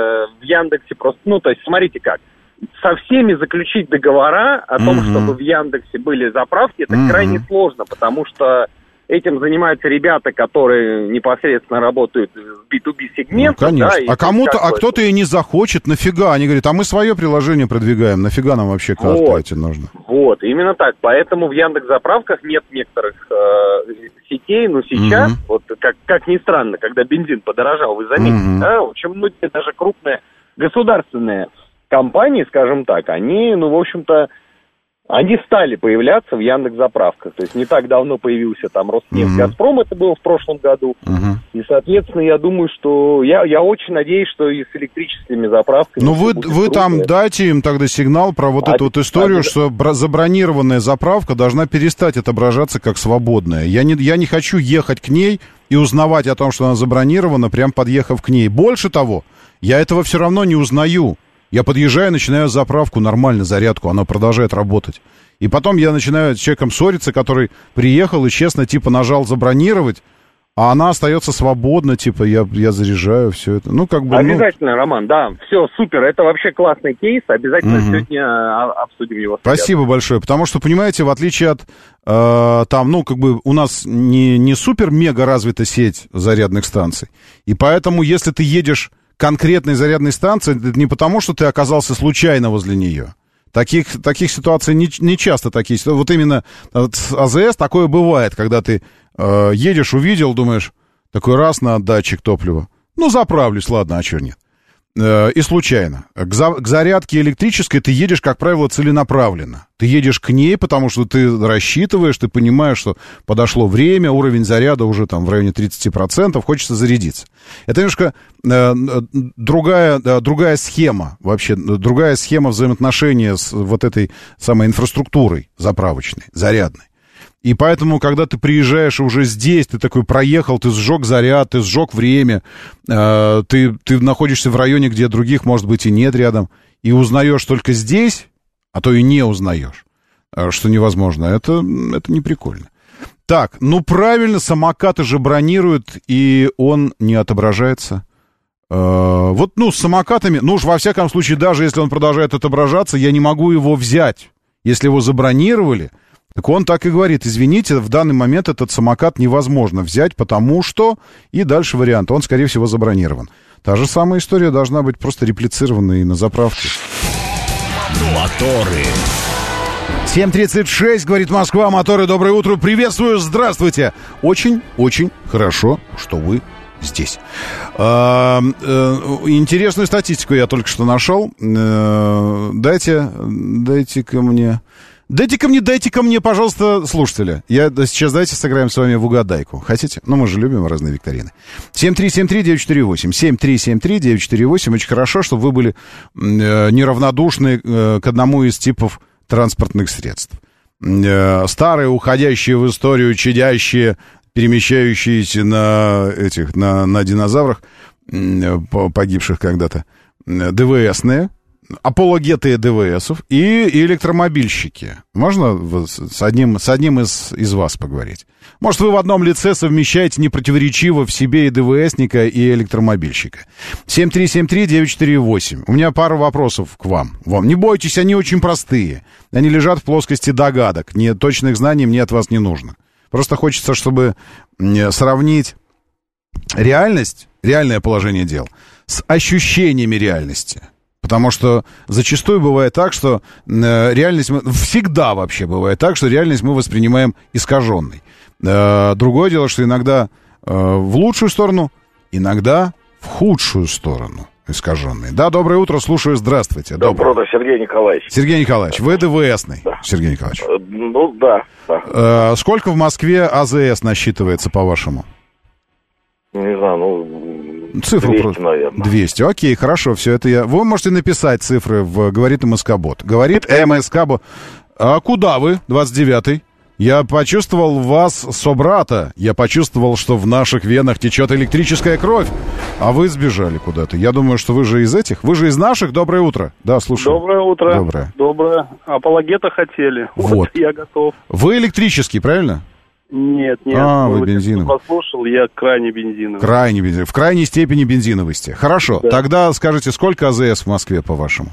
в Яндексе просто, ну, то есть, смотрите как, со всеми заключить договора о том, mm-hmm. чтобы в Яндексе были заправки, это mm-hmm. крайне сложно, потому что этим занимаются ребята, которые непосредственно работают в би ту би сегменте. Ну, конечно. Да, а кому-то, а кто-то и не захочет, нафига? Они говорят, а мы свое приложение продвигаем, нафига нам вообще карта вот. эти нужно? Вот, именно так. Поэтому в Яндекс.Заправках нет некоторых э, сетей, но сейчас, mm-hmm. вот как, как ни странно, когда бензин подорожал, вы заметите, mm-hmm. да, очень многие даже крупные государственные компании, скажем так, они, ну, в общем-то, они стали появляться в Яндекс.Заправках. То есть не так давно появился там Роснефть, uh-huh. Газпром, это было в прошлом году. Uh-huh. И, соответственно, я думаю, что... Я, я очень надеюсь, что и с электрическими заправками... Ну, вы, вы там дайте им тогда сигнал про вот а, эту вот историю, а, что забронированная заправка должна перестать отображаться как свободная. Я не, я не хочу ехать к ней и узнавать о том, что она забронирована, прям подъехав к ней. Больше того, я этого все равно не узнаю. Я подъезжаю, начинаю заправку, нормально, зарядку, она продолжает работать. И потом я начинаю с человеком ссориться, который приехал и честно, типа, нажал забронировать, а она остается свободна, типа, я, я заряжаю все это. Ну, как бы, обязательно, ну... Роман, да, все, супер, это вообще классный кейс, обязательно угу. сегодня обсудим его. Спасибо большое, потому что, понимаете, в отличие от, э, там, ну, как бы, у нас не, не супер-мега развита сеть зарядных станций, и поэтому, если ты едешь конкретной зарядной станции, это не потому, что ты оказался случайно возле нее. Таких, таких ситуаций не, не часто такие ситуации. Вот именно вот с а зэ эс такое бывает, когда ты э, едешь, увидел, думаешь, такой раз на датчик топлива. Ну, заправлюсь, ладно, а чё нет. Э, и случайно. К, за, к зарядке электрической ты едешь, как правило, целенаправленно. Ты едешь к ней, потому что ты рассчитываешь, ты понимаешь, что подошло время, уровень заряда уже там в районе тридцать процентов, хочется зарядиться. Это немножко э, другая, э, другая схема, вообще, другая схема взаимоотношения с вот этой самой инфраструктурой заправочной, зарядной. И поэтому, когда ты приезжаешь уже здесь, ты такой проехал, ты сжег заряд, ты сжег время, э, ты, ты находишься в районе, где других, может быть, и нет рядом, и узнаешь только здесь, а то и не узнаешь, что невозможно. Это, это не прикольно. Так, ну правильно, самокаты же бронируют, и он не отображается. Вот, ну, с самокатами, ну уж во всяком случае, даже если он продолжает отображаться, я не могу его взять. Если его забронировали, так он так и говорит: извините, в данный момент этот самокат невозможно взять, потому что... И дальше вариант, он, скорее всего, забронирован. Та же самая история должна быть просто реплицирована и на заправке. Моторы. семь тридцать шесть, говорит Москва, моторы, доброе утро, приветствую, здравствуйте. Очень-очень хорошо, что вы здесь. А, а, интересную статистику я только что нашел. А, дайте, дайте-ка мне... Дайте-ка мне, дайте-ка мне, пожалуйста, слушателя. Я сейчас давайте сыграем с вами в угадайку. Хотите? Ну, мы же любим разные викторины. семь три семь три девять четыре восемь. семь три семь три девять четыре восемь. Очень хорошо, чтобы вы были э, неравнодушны э, к одному из типов транспортных средств. Э, старые, уходящие в историю, чадящие, перемещающиеся на этих, на, на динозаврах, э, погибших когда-то, э, ДВСные. Апологеты ДВСов и электромобильщики. Можно с одним, с одним из, из вас поговорить? Может, вы в одном лице совмещаете непротиворечиво в себе и ДВСника, и электромобильщика? семь три семь три девять четыре восемь. У меня пара вопросов к вам. Вам. Не бойтесь, они очень простые. Они лежат в плоскости догадок. Не, точных знаний мне от вас не нужно. Просто хочется, чтобы сравнить реальность, реальное положение дел с ощущениями реальности. Потому что зачастую бывает так, что э, реальность... Мы, всегда вообще бывает так, что реальность мы воспринимаем искаженной. Э, другое дело, что иногда э, в лучшую сторону, иногда в худшую сторону искаженной. Да, доброе утро, слушаю, здравствуйте. Доброе утро, Сергей Николаевич. Сергей Николаевич, вы ДВСный. Да. Сергей Николаевич. Э, ну, да. да. Э, сколько в Москве АЗС насчитывается, по-вашему? Не знаю, ну... Цифру двести, просто. наверное. двести, окей, хорошо, все это я... Вы можете написать цифры в «Говорит МСК-бот». Говорит МСК-бот. А куда вы, двадцать девятый? Я почувствовал вас, собрата. Я почувствовал, что в наших венах течет электрическая кровь. А вы сбежали куда-то. Я думаю, что вы же из этих. Вы же из наших. Доброе утро. Да, слушаю. Доброе утро. Доброе. Доброе. Апологета хотели. Вот. Вот я готов. Вы электрический, правильно? Нет, нет. А, вы бензиновый. Послушал, я крайне бензиновый. Крайне бензиновый. В крайней степени бензиновости. Хорошо. Да. Тогда скажите, сколько АЗС в Москве, по-вашему?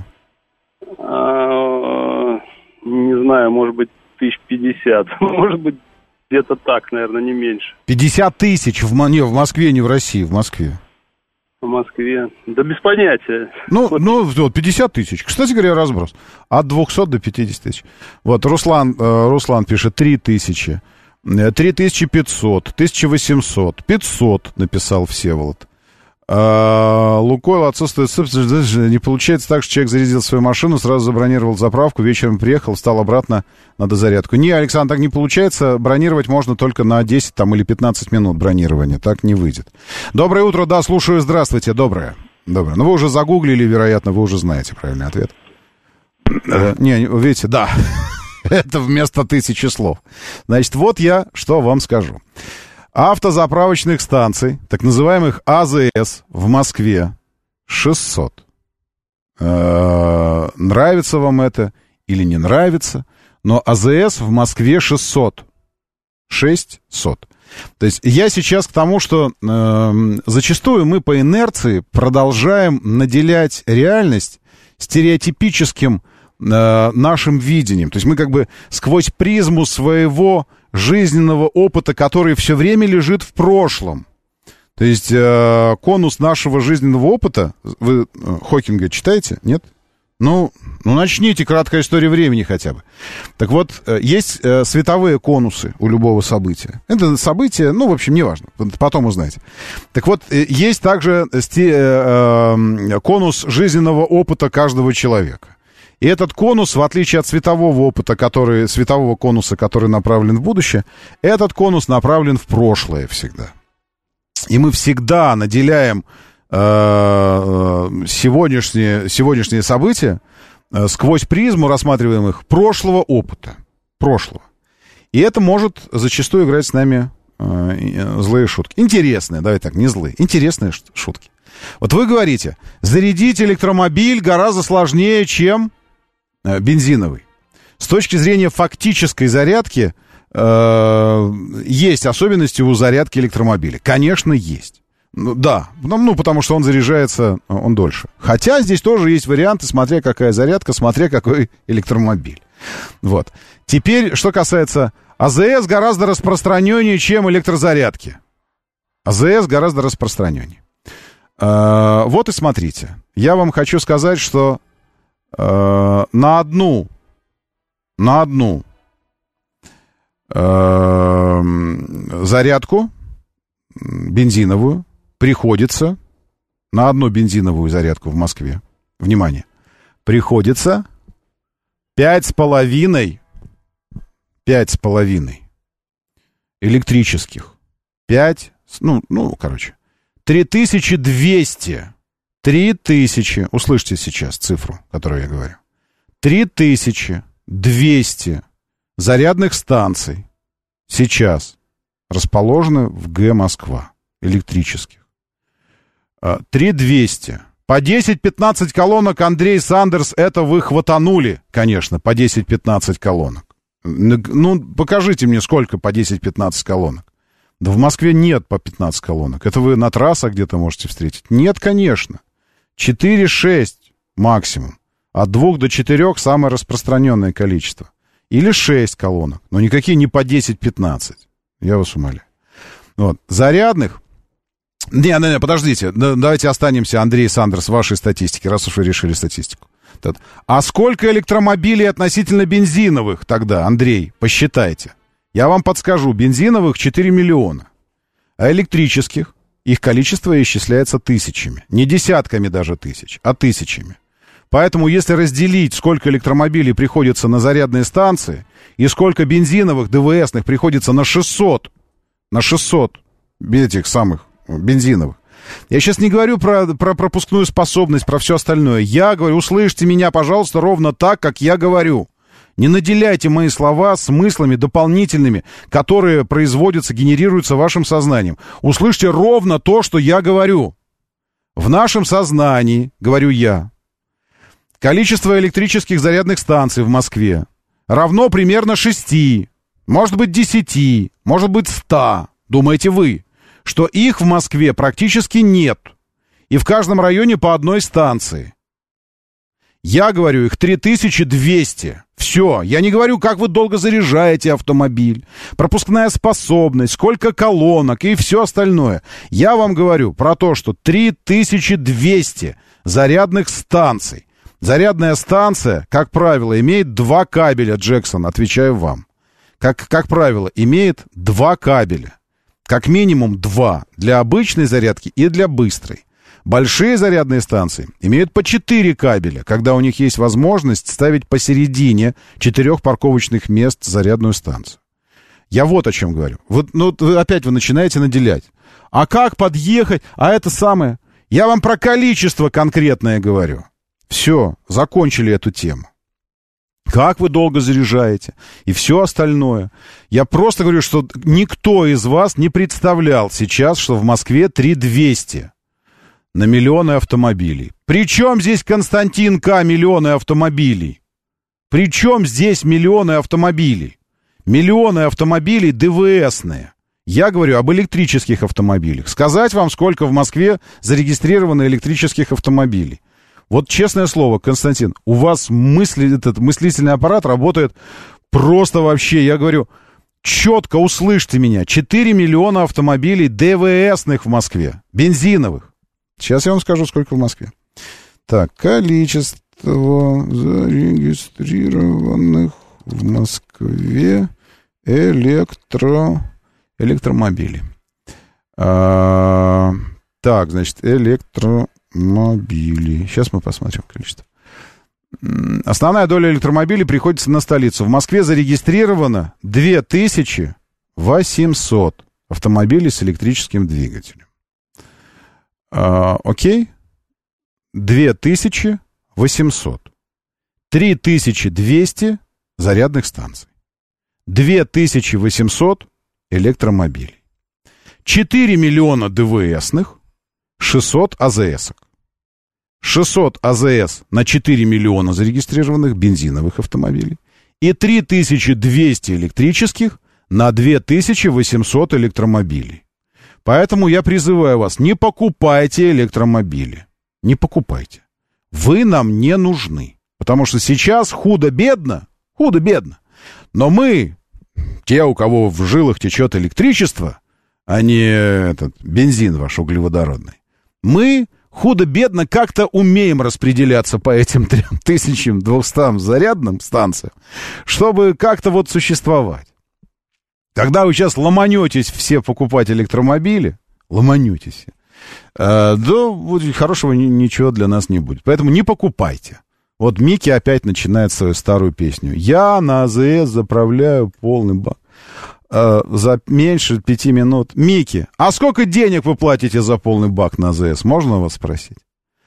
А, не знаю, может быть, тысяч пятьдесят. Может быть, где-то так, наверное, не меньше. пятьдесят тысяч в, не, в Москве, не в России, в Москве. В Москве. Да без понятия. Ну, вот. ну вот пятьдесят тысяч. Кстати говоря, разброс. От двухсот до пятидесяти тысяч. Вот, Руслан, э, Руслан пишет три тысячи. три тысячи пятьсот, тысяча восемьсот, пятьсот, написал Всеволод. А, Лукойл отсутствует собственность. Не получается так, что человек зарядил свою машину, сразу забронировал заправку, вечером приехал, встал обратно на дозарядку. Не, Александр, так не получается. Бронировать можно только на десять там, или пятнадцать минут бронирования. Так не выйдет. Доброе утро, да, слушаю, здравствуйте, доброе. Доброе. Ну, вы уже загуглили, вероятно, вы уже знаете правильный ответ. Не, видите, да. Это вместо тысячи слов. Значит, вот я что вам скажу. Автозаправочных станций, так называемых АЗС, в Москве шестьсот. Э-э- нравится вам это или не нравится, но АЗС в Москве шестьсот. шестьсот. То есть я сейчас к тому, что э- зачастую мы по инерции продолжаем наделять реальность стереотипическим нашим видением. То есть мы как бы сквозь призму своего жизненного опыта, который все время лежит в прошлом. То есть э, конус нашего жизненного опыта, вы э, Хокинга читаете? Нет? Ну, ну, начните, краткая история времени хотя бы. Так вот, э, есть э, световые конусы у любого события. Это событие, ну, в общем, неважно, потом узнаете. Так вот, э, есть также сти, э, э, конус жизненного опыта каждого человека. И этот конус, в отличие от светового опыта, который, светового конуса, который направлен в будущее, этот конус направлен в прошлое всегда. И мы всегда наделяем э, сегодняшние, сегодняшние события э, сквозь призму, рассматриваем их, прошлого опыта. Прошлого. И это может зачастую играть с нами э, злые шутки. Интересные, давай так, не злые, интересные шутки. Вот вы говорите, зарядить электромобиль гораздо сложнее, чем бензиновый. С точки зрения фактической зарядки э, есть особенности у зарядки электромобиля. Конечно, есть. Ну, да, ну, потому что он заряжается, он дольше. Хотя здесь тоже есть варианты, смотря какая зарядка, смотря какой электромобиль. Вот. Теперь, что касается АЗС, гораздо распространеннее, чем электрозарядки. АЗС гораздо распространеннее. Э, вот и смотрите. Я вам хочу сказать, что э, на одну, на одну э, зарядку бензиновую приходится, на одну бензиновую зарядку в Москве, внимание, приходится пять с половиной, пять с половиной электрических, пять, ну, ну, короче, три тысячи двести, три тысячи, услышьте сейчас цифру, которую я говорю, три тысячи двести зарядных станций сейчас расположены в гэ Москва, электрических. три тысячи двести. По десять-пятнадцать колонок, Андрей Сандерс, это вы хватанули, конечно, по десять-пятнадцать колонок. Ну, покажите мне, сколько по десять-пятнадцать колонок. Да в Москве нет по пятнадцать колонок. Это вы на трассах где-то можете встретить? Нет, конечно. четыре-шесть максимум. От двух до четырех самое распространенное количество. Или шесть колонок. Но никакие не по десять-пятнадцать. Я вас умоляю. Вот. Зарядных... Не, не, не, подождите. Давайте останемся, Андрей Сандерс, в вашей статистике, раз уж вы решили статистику. А сколько электромобилей относительно бензиновых тогда, Андрей? Посчитайте. Я вам подскажу. Бензиновых четыре миллиона. А электрических их количество исчисляется тысячами. Не десятками даже тысяч, а тысячами. Поэтому если разделить, сколько электромобилей приходится на зарядные станции, и сколько бензиновых, ДВСных приходится на шестьсот, на шестьсот этих самых бензиновых. Я сейчас не говорю про, про пропускную способность, про все остальное. Я говорю, услышьте меня, пожалуйста, ровно так, как я говорю. Не наделяйте мои слова смыслами дополнительными, которые производятся, генерируются вашим сознанием. Услышьте ровно то, что я говорю. В нашем сознании, говорю я, количество электрических зарядных станций в Москве равно примерно шести, может быть десяти, может быть ста, думаете вы, что их в Москве практически нет, и в каждом районе по одной станции. Я говорю, их три тысячи двести. Все. Я не говорю, как вы долго заряжаете автомобиль, пропускная способность, сколько колонок и все остальное. Я вам говорю про то, что три тысячи двести зарядных станций. Зарядная станция, как правило, имеет два кабеля, Джексон, отвечаю вам. Как, как правило, имеет два кабеля. Как минимум два. Для обычной зарядки и для быстрой. Большие зарядные станции имеют по четыре кабеля, когда у них есть возможность ставить посередине четырех парковочных мест зарядную станцию. Я вот о чем говорю. Вот, ну, опять вы начинаете наделять. А как подъехать? А это самое... Я вам про количество конкретное говорю. Все, закончили эту тему. Как вы долго заряжаете и все остальное. Я просто говорю, что никто из вас не представлял сейчас, что в Москве три тысячи двести на миллионы автомобилей. Причем здесь, Константин К., миллионы автомобилей? Причем здесь миллионы автомобилей? Миллионы автомобилей ДВСные. Я говорю об электрических автомобилях. Сказать вам, сколько в Москве зарегистрировано электрических автомобилей. Вот честное слово, Константин, у вас мысли, этот мыслительный аппарат работает просто вообще, я говорю, четко услышьте меня, четыре миллиона автомобилей ДВСных в Москве, бензиновых. Сейчас я вам скажу, сколько в Москве. Так, количество зарегистрированных в Москве электро... электромобилей. А, так, значит, электро... Мобили. Сейчас мы посмотрим количество. Основная доля электромобилей приходится на столицу. В Москве зарегистрировано две тысячи восемьсот автомобилей с электрическим двигателем. А, окей? две тысячи восемьсот. три тысячи двести зарядных станций. две тысячи восемьсот электромобилей. четыре миллиона ДВСных. шестьсот АЗСок. шестьсот АЗС на четыре миллиона зарегистрированных бензиновых автомобилей. И три тысячи двести электрических на две тысячи восемьсот электромобилей. Поэтому я призываю вас, не покупайте электромобили. Не покупайте. Вы нам не нужны. Потому что сейчас худо-бедно, худо-бедно. Но мы, те, у кого в жилах течет электричество, а не этот бензин ваш углеводородный, мы худо-бедно как-то умеем распределяться по этим три тысячи двести зарядным станциям, чтобы как-то вот существовать. Когда вы сейчас ломанетесь все покупать электромобили, ломанетесь, э, да вот, хорошего ничего для нас не будет. Поэтому не покупайте. Вот Микки опять начинает свою старую песню. Я на АЗС заправляю полный бак э, за меньше пяти минут. Микки, а сколько денег вы платите за полный бак на АЗС? Можно вас спросить?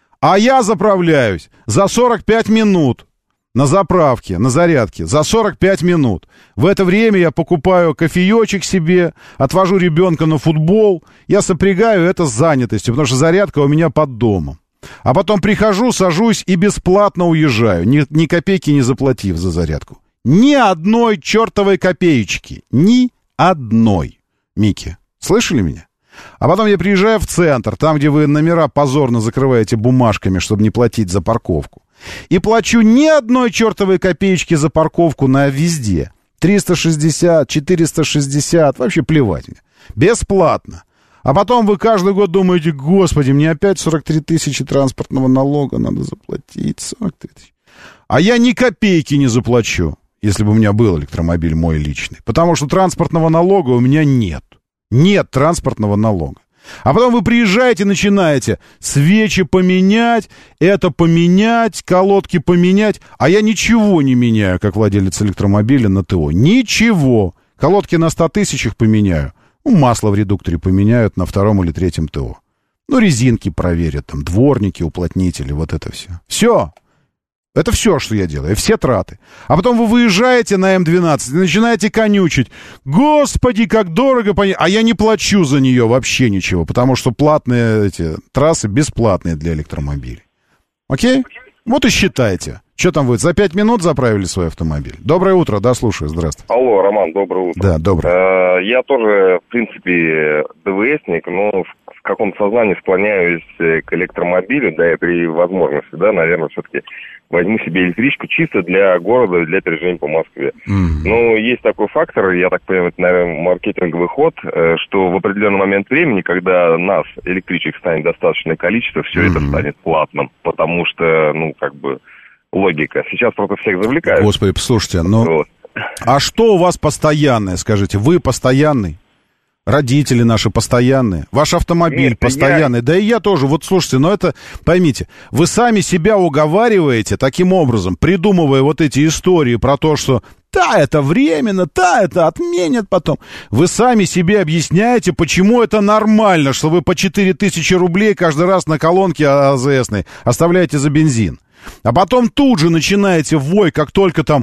А я заправляюсь за сорок пять минут. На заправке, на зарядке, за сорок пять минут. В это время я покупаю кофеечек себе, отвожу ребенка на футбол. Я сопрягаю это с занятостью, потому что зарядка у меня под домом. А потом прихожу, сажусь и бесплатно уезжаю, ни, ни копейки не заплатив за зарядку. Ни одной чертовой копеечки. Ни одной. Микки, слышали меня? А потом я приезжаю в центр, там, где вы номера позорно закрываете бумажками, чтобы не платить за парковку. И плачу ни одной чертовой копеечки за парковку на везде. триста шестьдесят, четыреста шестьдесят, вообще плевать мне. Бесплатно. А потом вы каждый год думаете, господи, мне опять сорок три тысячи транспортного налога надо заплатить. сорок три тысячи. А я ни копейки не заплачу, если бы у меня был электромобиль мой личный. Потому что транспортного налога у меня нет. Нет транспортного налога. А потом вы приезжаете, начинаете свечи поменять, это поменять, колодки поменять. А я ничего не меняю, как владелец электромобиля на ТО. Ничего. Колодки на ста тысячах поменяю. Ну, масло в редукторе поменяют на втором или третьем ТО. Ну, резинки проверят, там, дворники, уплотнители, вот это все. Все. Это все, что я делаю, все траты. А потом вы выезжаете на эм двенадцать и начинаете конючить. Господи, как дорого. А я не плачу за нее вообще ничего, потому что платные эти трассы бесплатные для электромобилей. Окей? Вот и считайте. Что там будет? За пять минут заправили свой автомобиль? Доброе утро, да, слушаю, здравствуйте. Алло, Роман, доброе утро. Да, доброе. Я тоже, в принципе, ДВСник, но в каком-то сознании склоняюсь к электромобилю, да, и при возможности, да, наверное, все-таки возьму себе электричку чисто для города, для передвижения по Москве. Mm-hmm. Но есть такой фактор, я так понимаю, это, наверное, маркетинговый ход, что в определенный момент времени, когда нас, электричек, станет достаточное количество, все mm-hmm. это станет платным, потому что, ну, как бы, логика. Сейчас просто всех завлекают. Господи, послушайте, ну, вот. А что у вас постоянное, скажите? Вы постоянный? Родители наши постоянные, ваш автомобиль Нет, постоянный, я... да и я тоже. Вот слушайте, но это, поймите, вы сами себя уговариваете таким образом, придумывая вот эти истории про то, что да, это временно, да, это отменят потом. Вы сами себе объясняете, почему это нормально, что вы по четыре тысячи рублей каждый раз на колонке АЗСной оставляете за бензин. А потом тут же начинаете вой, как только там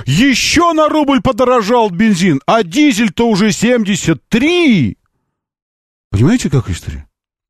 еще на рубль подорожал бензин, а дизель-то уже семьдесят три. Понимаете, как история?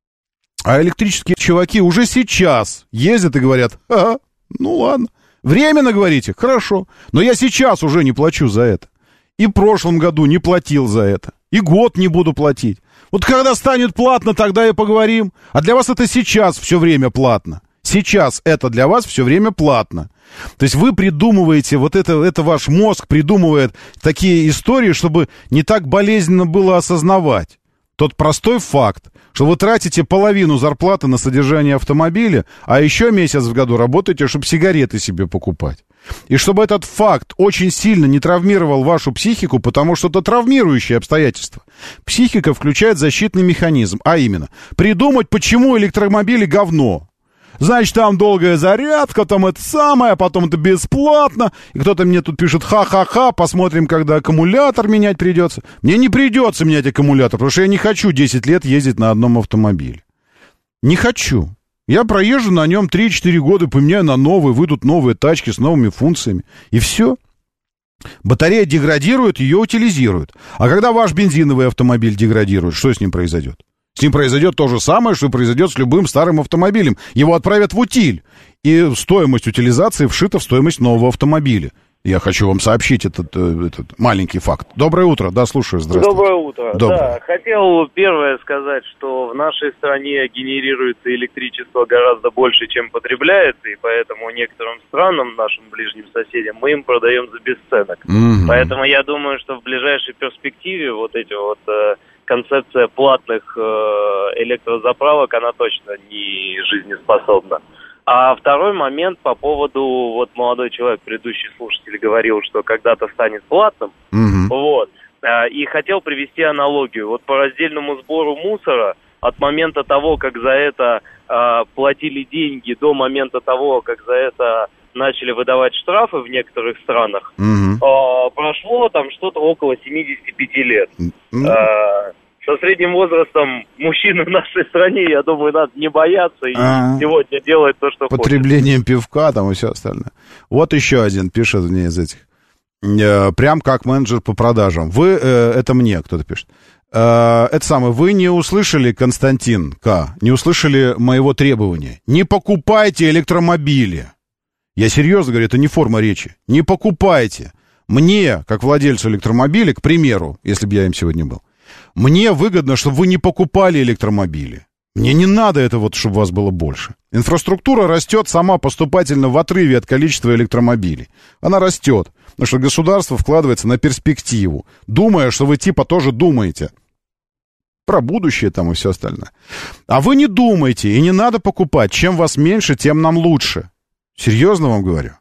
А электрические чуваки уже сейчас ездят и говорят, ага, ну ладно, временно говорите, хорошо, но я сейчас уже не плачу за это. И в прошлом году не платил за это, и год не буду платить. Вот когда станет платно, тогда и поговорим. А для вас это сейчас все время платно. Сейчас это для вас все время платно. То есть вы придумываете, вот это, это ваш мозг придумывает такие истории, чтобы не так болезненно было осознавать тот простой факт, что вы тратите половину зарплаты на содержание автомобиля, а еще месяц в году работаете, чтобы сигареты себе покупать. И чтобы этот факт очень сильно не травмировал вашу психику, потому что это травмирующее обстоятельство. Психика включает защитный механизм, а именно придумать, почему электромобили говно. Значит, там долгая зарядка, там это самое, а потом это бесплатно. И кто-то мне тут пишет, ха-ха-ха, посмотрим, когда аккумулятор менять придется. Мне не придется менять аккумулятор, потому что я не хочу десять лет ездить на одном автомобиле. Не хочу. Я проезжу на нем три-четыре года, поменяю на новый, выйдут новые тачки с новыми функциями. И все. Батарея деградирует, ее утилизируют. А когда ваш бензиновый автомобиль деградирует, что с ним произойдет? С ним произойдет то же самое, что произойдет с любым старым автомобилем. Его отправят в утиль. И стоимость утилизации вшита в стоимость нового автомобиля. Я хочу вам сообщить этот, этот маленький факт. Доброе утро, да, слушаю, здравствуйте. Доброе утро. Доброе. Да, хотел первое сказать, что в нашей стране генерируется электричество гораздо больше, чем потребляется, и поэтому некоторым странам, нашим ближним соседям, мы им продаем за бесценок. Mm-hmm. Поэтому я думаю, что в ближайшей перспективе вот эти вот э, концепция платных э, электрозаправок, она точно не жизнеспособна. А второй момент по поводу, вот молодой человек, предыдущий слушатель, говорил, что когда-то станет платным, mm-hmm. вот, и хотел привести аналогию. Вот по раздельному сбору мусора от момента того, как за это а, платили деньги, до момента того, как за это начали выдавать штрафы в некоторых странах, mm-hmm. а, прошло там что-то около семьдесят пять лет. Mm-hmm. А, со средним возрастом мужчин в нашей стране, я думаю, надо не бояться и А-а-а. сегодня делать то, что хочет. Потреблением пивка там и все остальное. Вот еще один пишет мне из этих. Э, прям как менеджер по продажам. Вы, э, это мне кто-то пишет. Э, это самое, вы не услышали, Константин К., не услышали моего требования. Не покупайте электромобили. Я серьезно говорю, это не форма речи. Не покупайте. Мне, как владельцу электромобиля, к примеру, если бы я им сегодня был, мне выгодно, чтобы вы не покупали электромобили. Мне не надо это вот, чтобы у вас было больше. Инфраструктура растет сама поступательно в отрыве от количества электромобилей. Она растет, потому что государство вкладывается на перспективу, думая, что вы типа тоже думаете про будущее там и все остальное. А вы не думаете, и не надо покупать. Чем вас меньше, тем нам лучше. Серьезно вам говорю.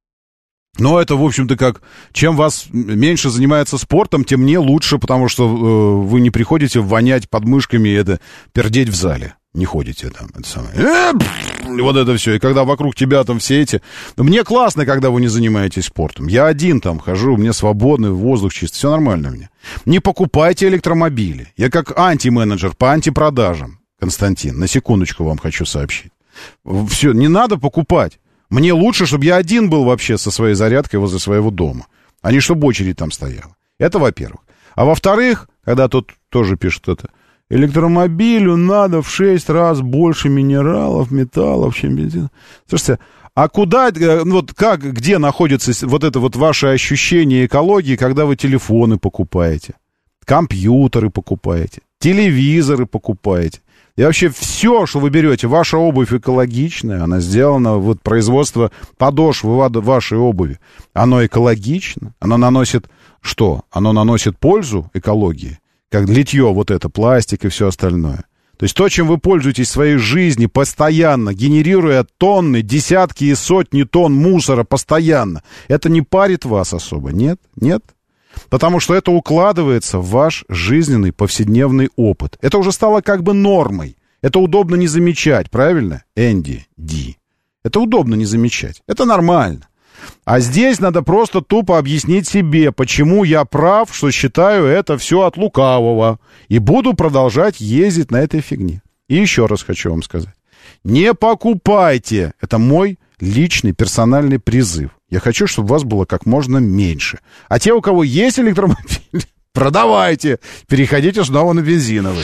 Но это, в общем-то, как, чем вас меньше занимается спортом, тем мне лучше, потому что э, вы не приходите вонять подмышками и это, пердеть в зале. Не ходите там, это самое. Э, вот это все. И когда вокруг тебя там все эти... Мне классно, когда вы не занимаетесь спортом. Я один там хожу, мне свободный воздух чистый, все нормально у меня. Не покупайте электромобили. Я как антименеджер по антипродажам, Константин, на секундочку вам хочу сообщить. Все, не надо покупать. Мне лучше, чтобы я один был вообще со своей зарядкой возле своего дома, а не чтобы очередь там стояла. Это во-первых. А во-вторых, когда тут тоже пишут это, электромобилю надо в шесть раз больше минералов, металлов, чем бензин. Слушайте, а куда, вот как, где находится вот это вот ваше ощущение экологии, когда вы телефоны покупаете, компьютеры покупаете, телевизоры покупаете? И вообще все, что вы берете, ваша обувь экологичная, она сделана, вот производство подошвы вашей обуви, оно экологично, оно наносит что? Оно наносит пользу экологии, как литье вот это, пластик и все остальное. То есть то, чем вы пользуетесь в своей жизни постоянно, генерируя тонны, десятки и сотни тонн мусора постоянно, это не парит вас особо, нет? Нет? Потому что это укладывается в ваш жизненный повседневный опыт. Это уже стало как бы нормой. Это удобно не замечать, правильно? Энди Ди. Это удобно не замечать. Это нормально. А здесь надо просто тупо объяснить себе, почему я прав, что считаю это все от лукавого. И буду продолжать ездить на этой фигне. И еще раз хочу вам сказать. Не покупайте. Это мой личный персональный призыв. Я хочу, чтобы вас было как можно меньше. А те, у кого есть электромобиль, продавайте. Переходите снова на бензиновые.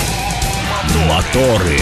Моторы.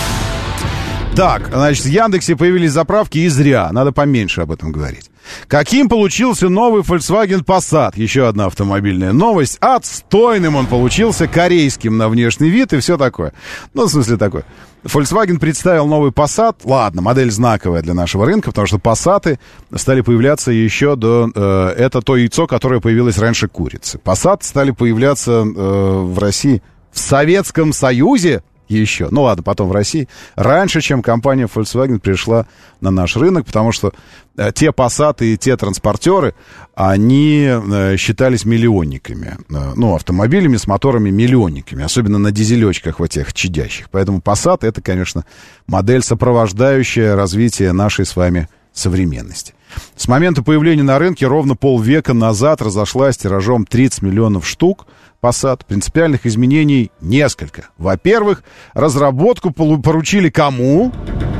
Так, значит, в Яндексе появились заправки, и зря. Надо поменьше об этом говорить. Каким получился новый Volkswagen Passat? Еще одна автомобильная новость. Отстойным он получился, корейским на внешний вид и все такое. Ну, в смысле такое. Volkswagen представил новый Passat. Ладно, модель знаковая для нашего рынка, потому что Passat'ы стали появляться еще до... Э, это то яйцо, которое появилось раньше курицы. Passat стали появляться э, в России, в Советском Союзе еще. Ну ладно, потом в России. Раньше, чем компания Volkswagen пришла на наш рынок, потому что э, те Passat'ы и те транспортеры, они э, считались миллионниками. Э, ну, автомобилями с моторами-миллионниками. Особенно на дизелечках вот этих чадящих. Поэтому Passat — это, конечно, модель, сопровождающая развитие нашей с вами современности. С момента появления на рынке ровно полвека назад разошлась тиражом тридцать миллионов штук Passat. Принципиальных изменений несколько. Во-первых, разработку поручили кому?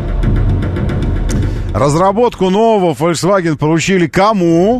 Разработку нового Volkswagen поручили кому?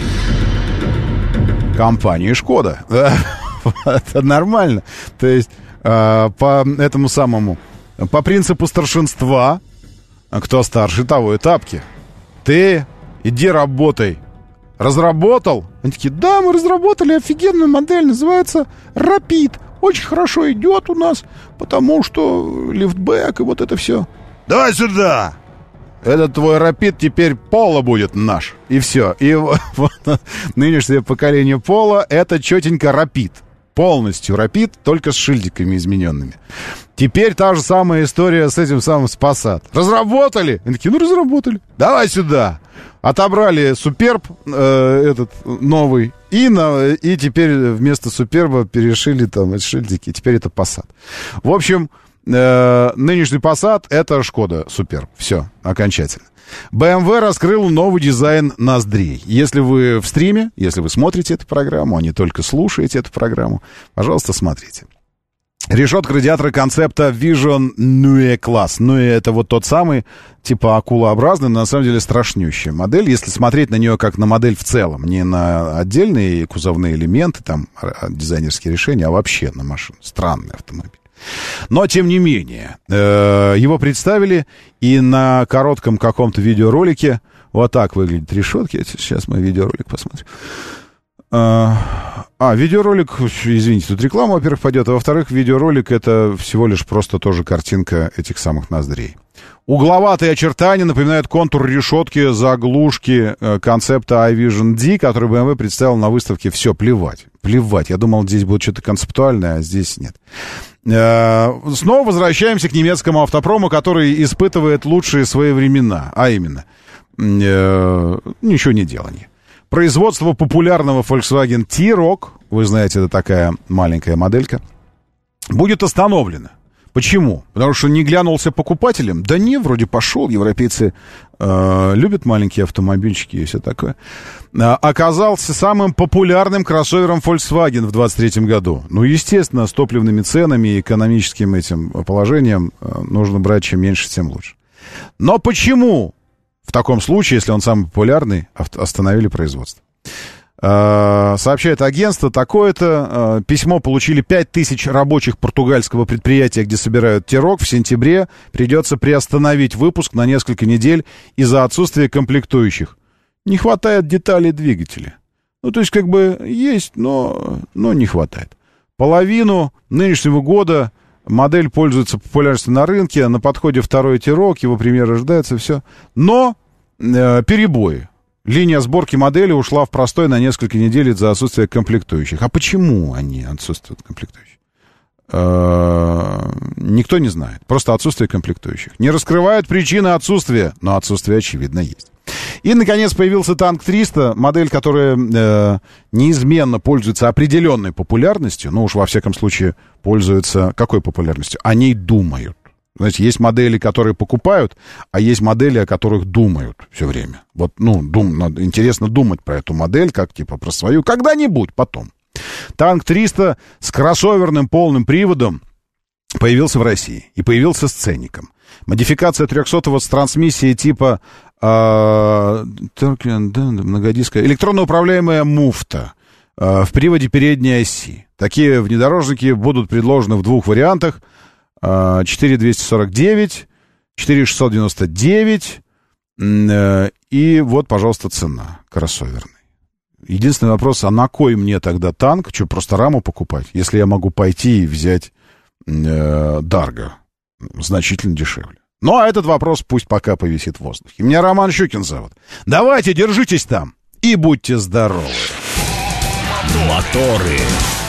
Компании Шкода. Это нормально. То есть по этому самому, по принципу старшинства, кто старше, того и тапки. Ты иди работай. разработал? Они такие, да, мы разработали офигенную модель, называется Rapid. Очень хорошо идет у нас, потому что лифтбэк и вот это все. Давай сюда! Этот твой Rapid теперь Пола будет наш. И все. И вот нынешнее поколение Пола — это четенько Rapid. Полностью Rapid, только с шильдиками измененными. Теперь та же самая история с этим самым с Passat. Разработали? Они такие, ну разработали. Давай сюда. Отобрали Суперб, э, этот новый, и, на, и теперь вместо Суперба перешили там эти шильдики. Теперь это Passat. В общем, э, нынешний Passat — это Шкода Суперб. Все, окончательно. бэ эм вэ раскрыл новый дизайн ноздрей. Если вы в стриме, если вы смотрите эту программу, а не только слушаете эту программу, пожалуйста, смотрите. Решетка радиатора концепта Vision Neue Class. Ну и это вот тот самый, типа акулообразный, но на самом деле страшнющая модель. Если смотреть на нее как на модель в целом, не на отдельные кузовные элементы, там дизайнерские решения, а вообще на машину. Странный автомобиль. Но, тем не менее, э, его представили, и на коротком каком-то видеоролике вот так выглядят решетки. Сейчас мы видеоролик посмотрим. А, а, видеоролик, извините, тут реклама, во-первых, пойдет, а во-вторых, видеоролик — это всего лишь просто тоже картинка этих самых ноздрей. Угловатые очертания напоминают контур решетки заглушки э, концепта iVision D, который бэ эм вэ представил на выставке. Все, плевать, плевать. Я думал, здесь будет что-то концептуальное, а здесь нет. Э, снова возвращаемся к немецкому автопрому, который испытывает лучшие свои времена, а именно э, ничего не делание. Производство популярного Volkswagen T-Roc, вы знаете, это такая маленькая моделька, будет остановлено. Почему? Потому что не глянулся покупателям? Да не, вроде пошел, европейцы э, любят маленькие автомобильчики и все такое. Э, оказался самым популярным кроссовером Volkswagen в двадцать третьем году. Ну, естественно, с топливными ценами и экономическим этим положением э, нужно брать чем меньше, тем лучше. Но почему в таком случае, если он самый популярный, остановили производство? Сообщает агентство такое-то. Письмо получили пять тысяч рабочих португальского предприятия, где собирают T-Roc. В сентябре придется приостановить выпуск на несколько недель из-за отсутствия комплектующих. Не хватает деталей двигателя. Ну, то есть, как бы есть, но, но не хватает. Половину нынешнего года модель пользуется популярностью на рынке. На подходе второй T-Roc, его премьера ожидается, все. Но э, перебои. Линия сборки модели ушла в простой на несколько недель из-за отсутствия комплектующих. А почему они отсутствуют комплектующих? Никто не знает. Просто отсутствие комплектующих. Не раскрывают причины отсутствия, но отсутствие, очевидно, есть. И, наконец, появился танк триста, модель, которая э, неизменно пользуется определенной популярностью. Ну уж, во всяком случае, пользуется какой популярностью? О ней думают. Знаете, есть модели, которые покупают, а есть модели, о которых думают все время. Вот, ну, дум, надо, интересно думать про эту модель, как, типа, про свою, когда-нибудь, потом. Танк триста с кроссоверным полным приводом появился в России и появился с ценником. Модификация трехсотого с трансмиссией типа э, многодисковая, электронно управляемая муфта э, в приводе передней оси. Такие внедорожники будут предложены в двух вариантах. четыре тысячи двести сорок девять, четыре тысячи шестьсот девяносто девять, и вот, пожалуйста, цена кроссоверной. Единственный вопрос, а на кой мне тогда танк? Что, просто раму покупать? Если я могу пойти и взять э, Дарго значительно дешевле. Ну, а этот вопрос пусть пока повисит в воздухе. Меня Роман Щукин зовут. Давайте, держитесь там и будьте здоровы. Моторы.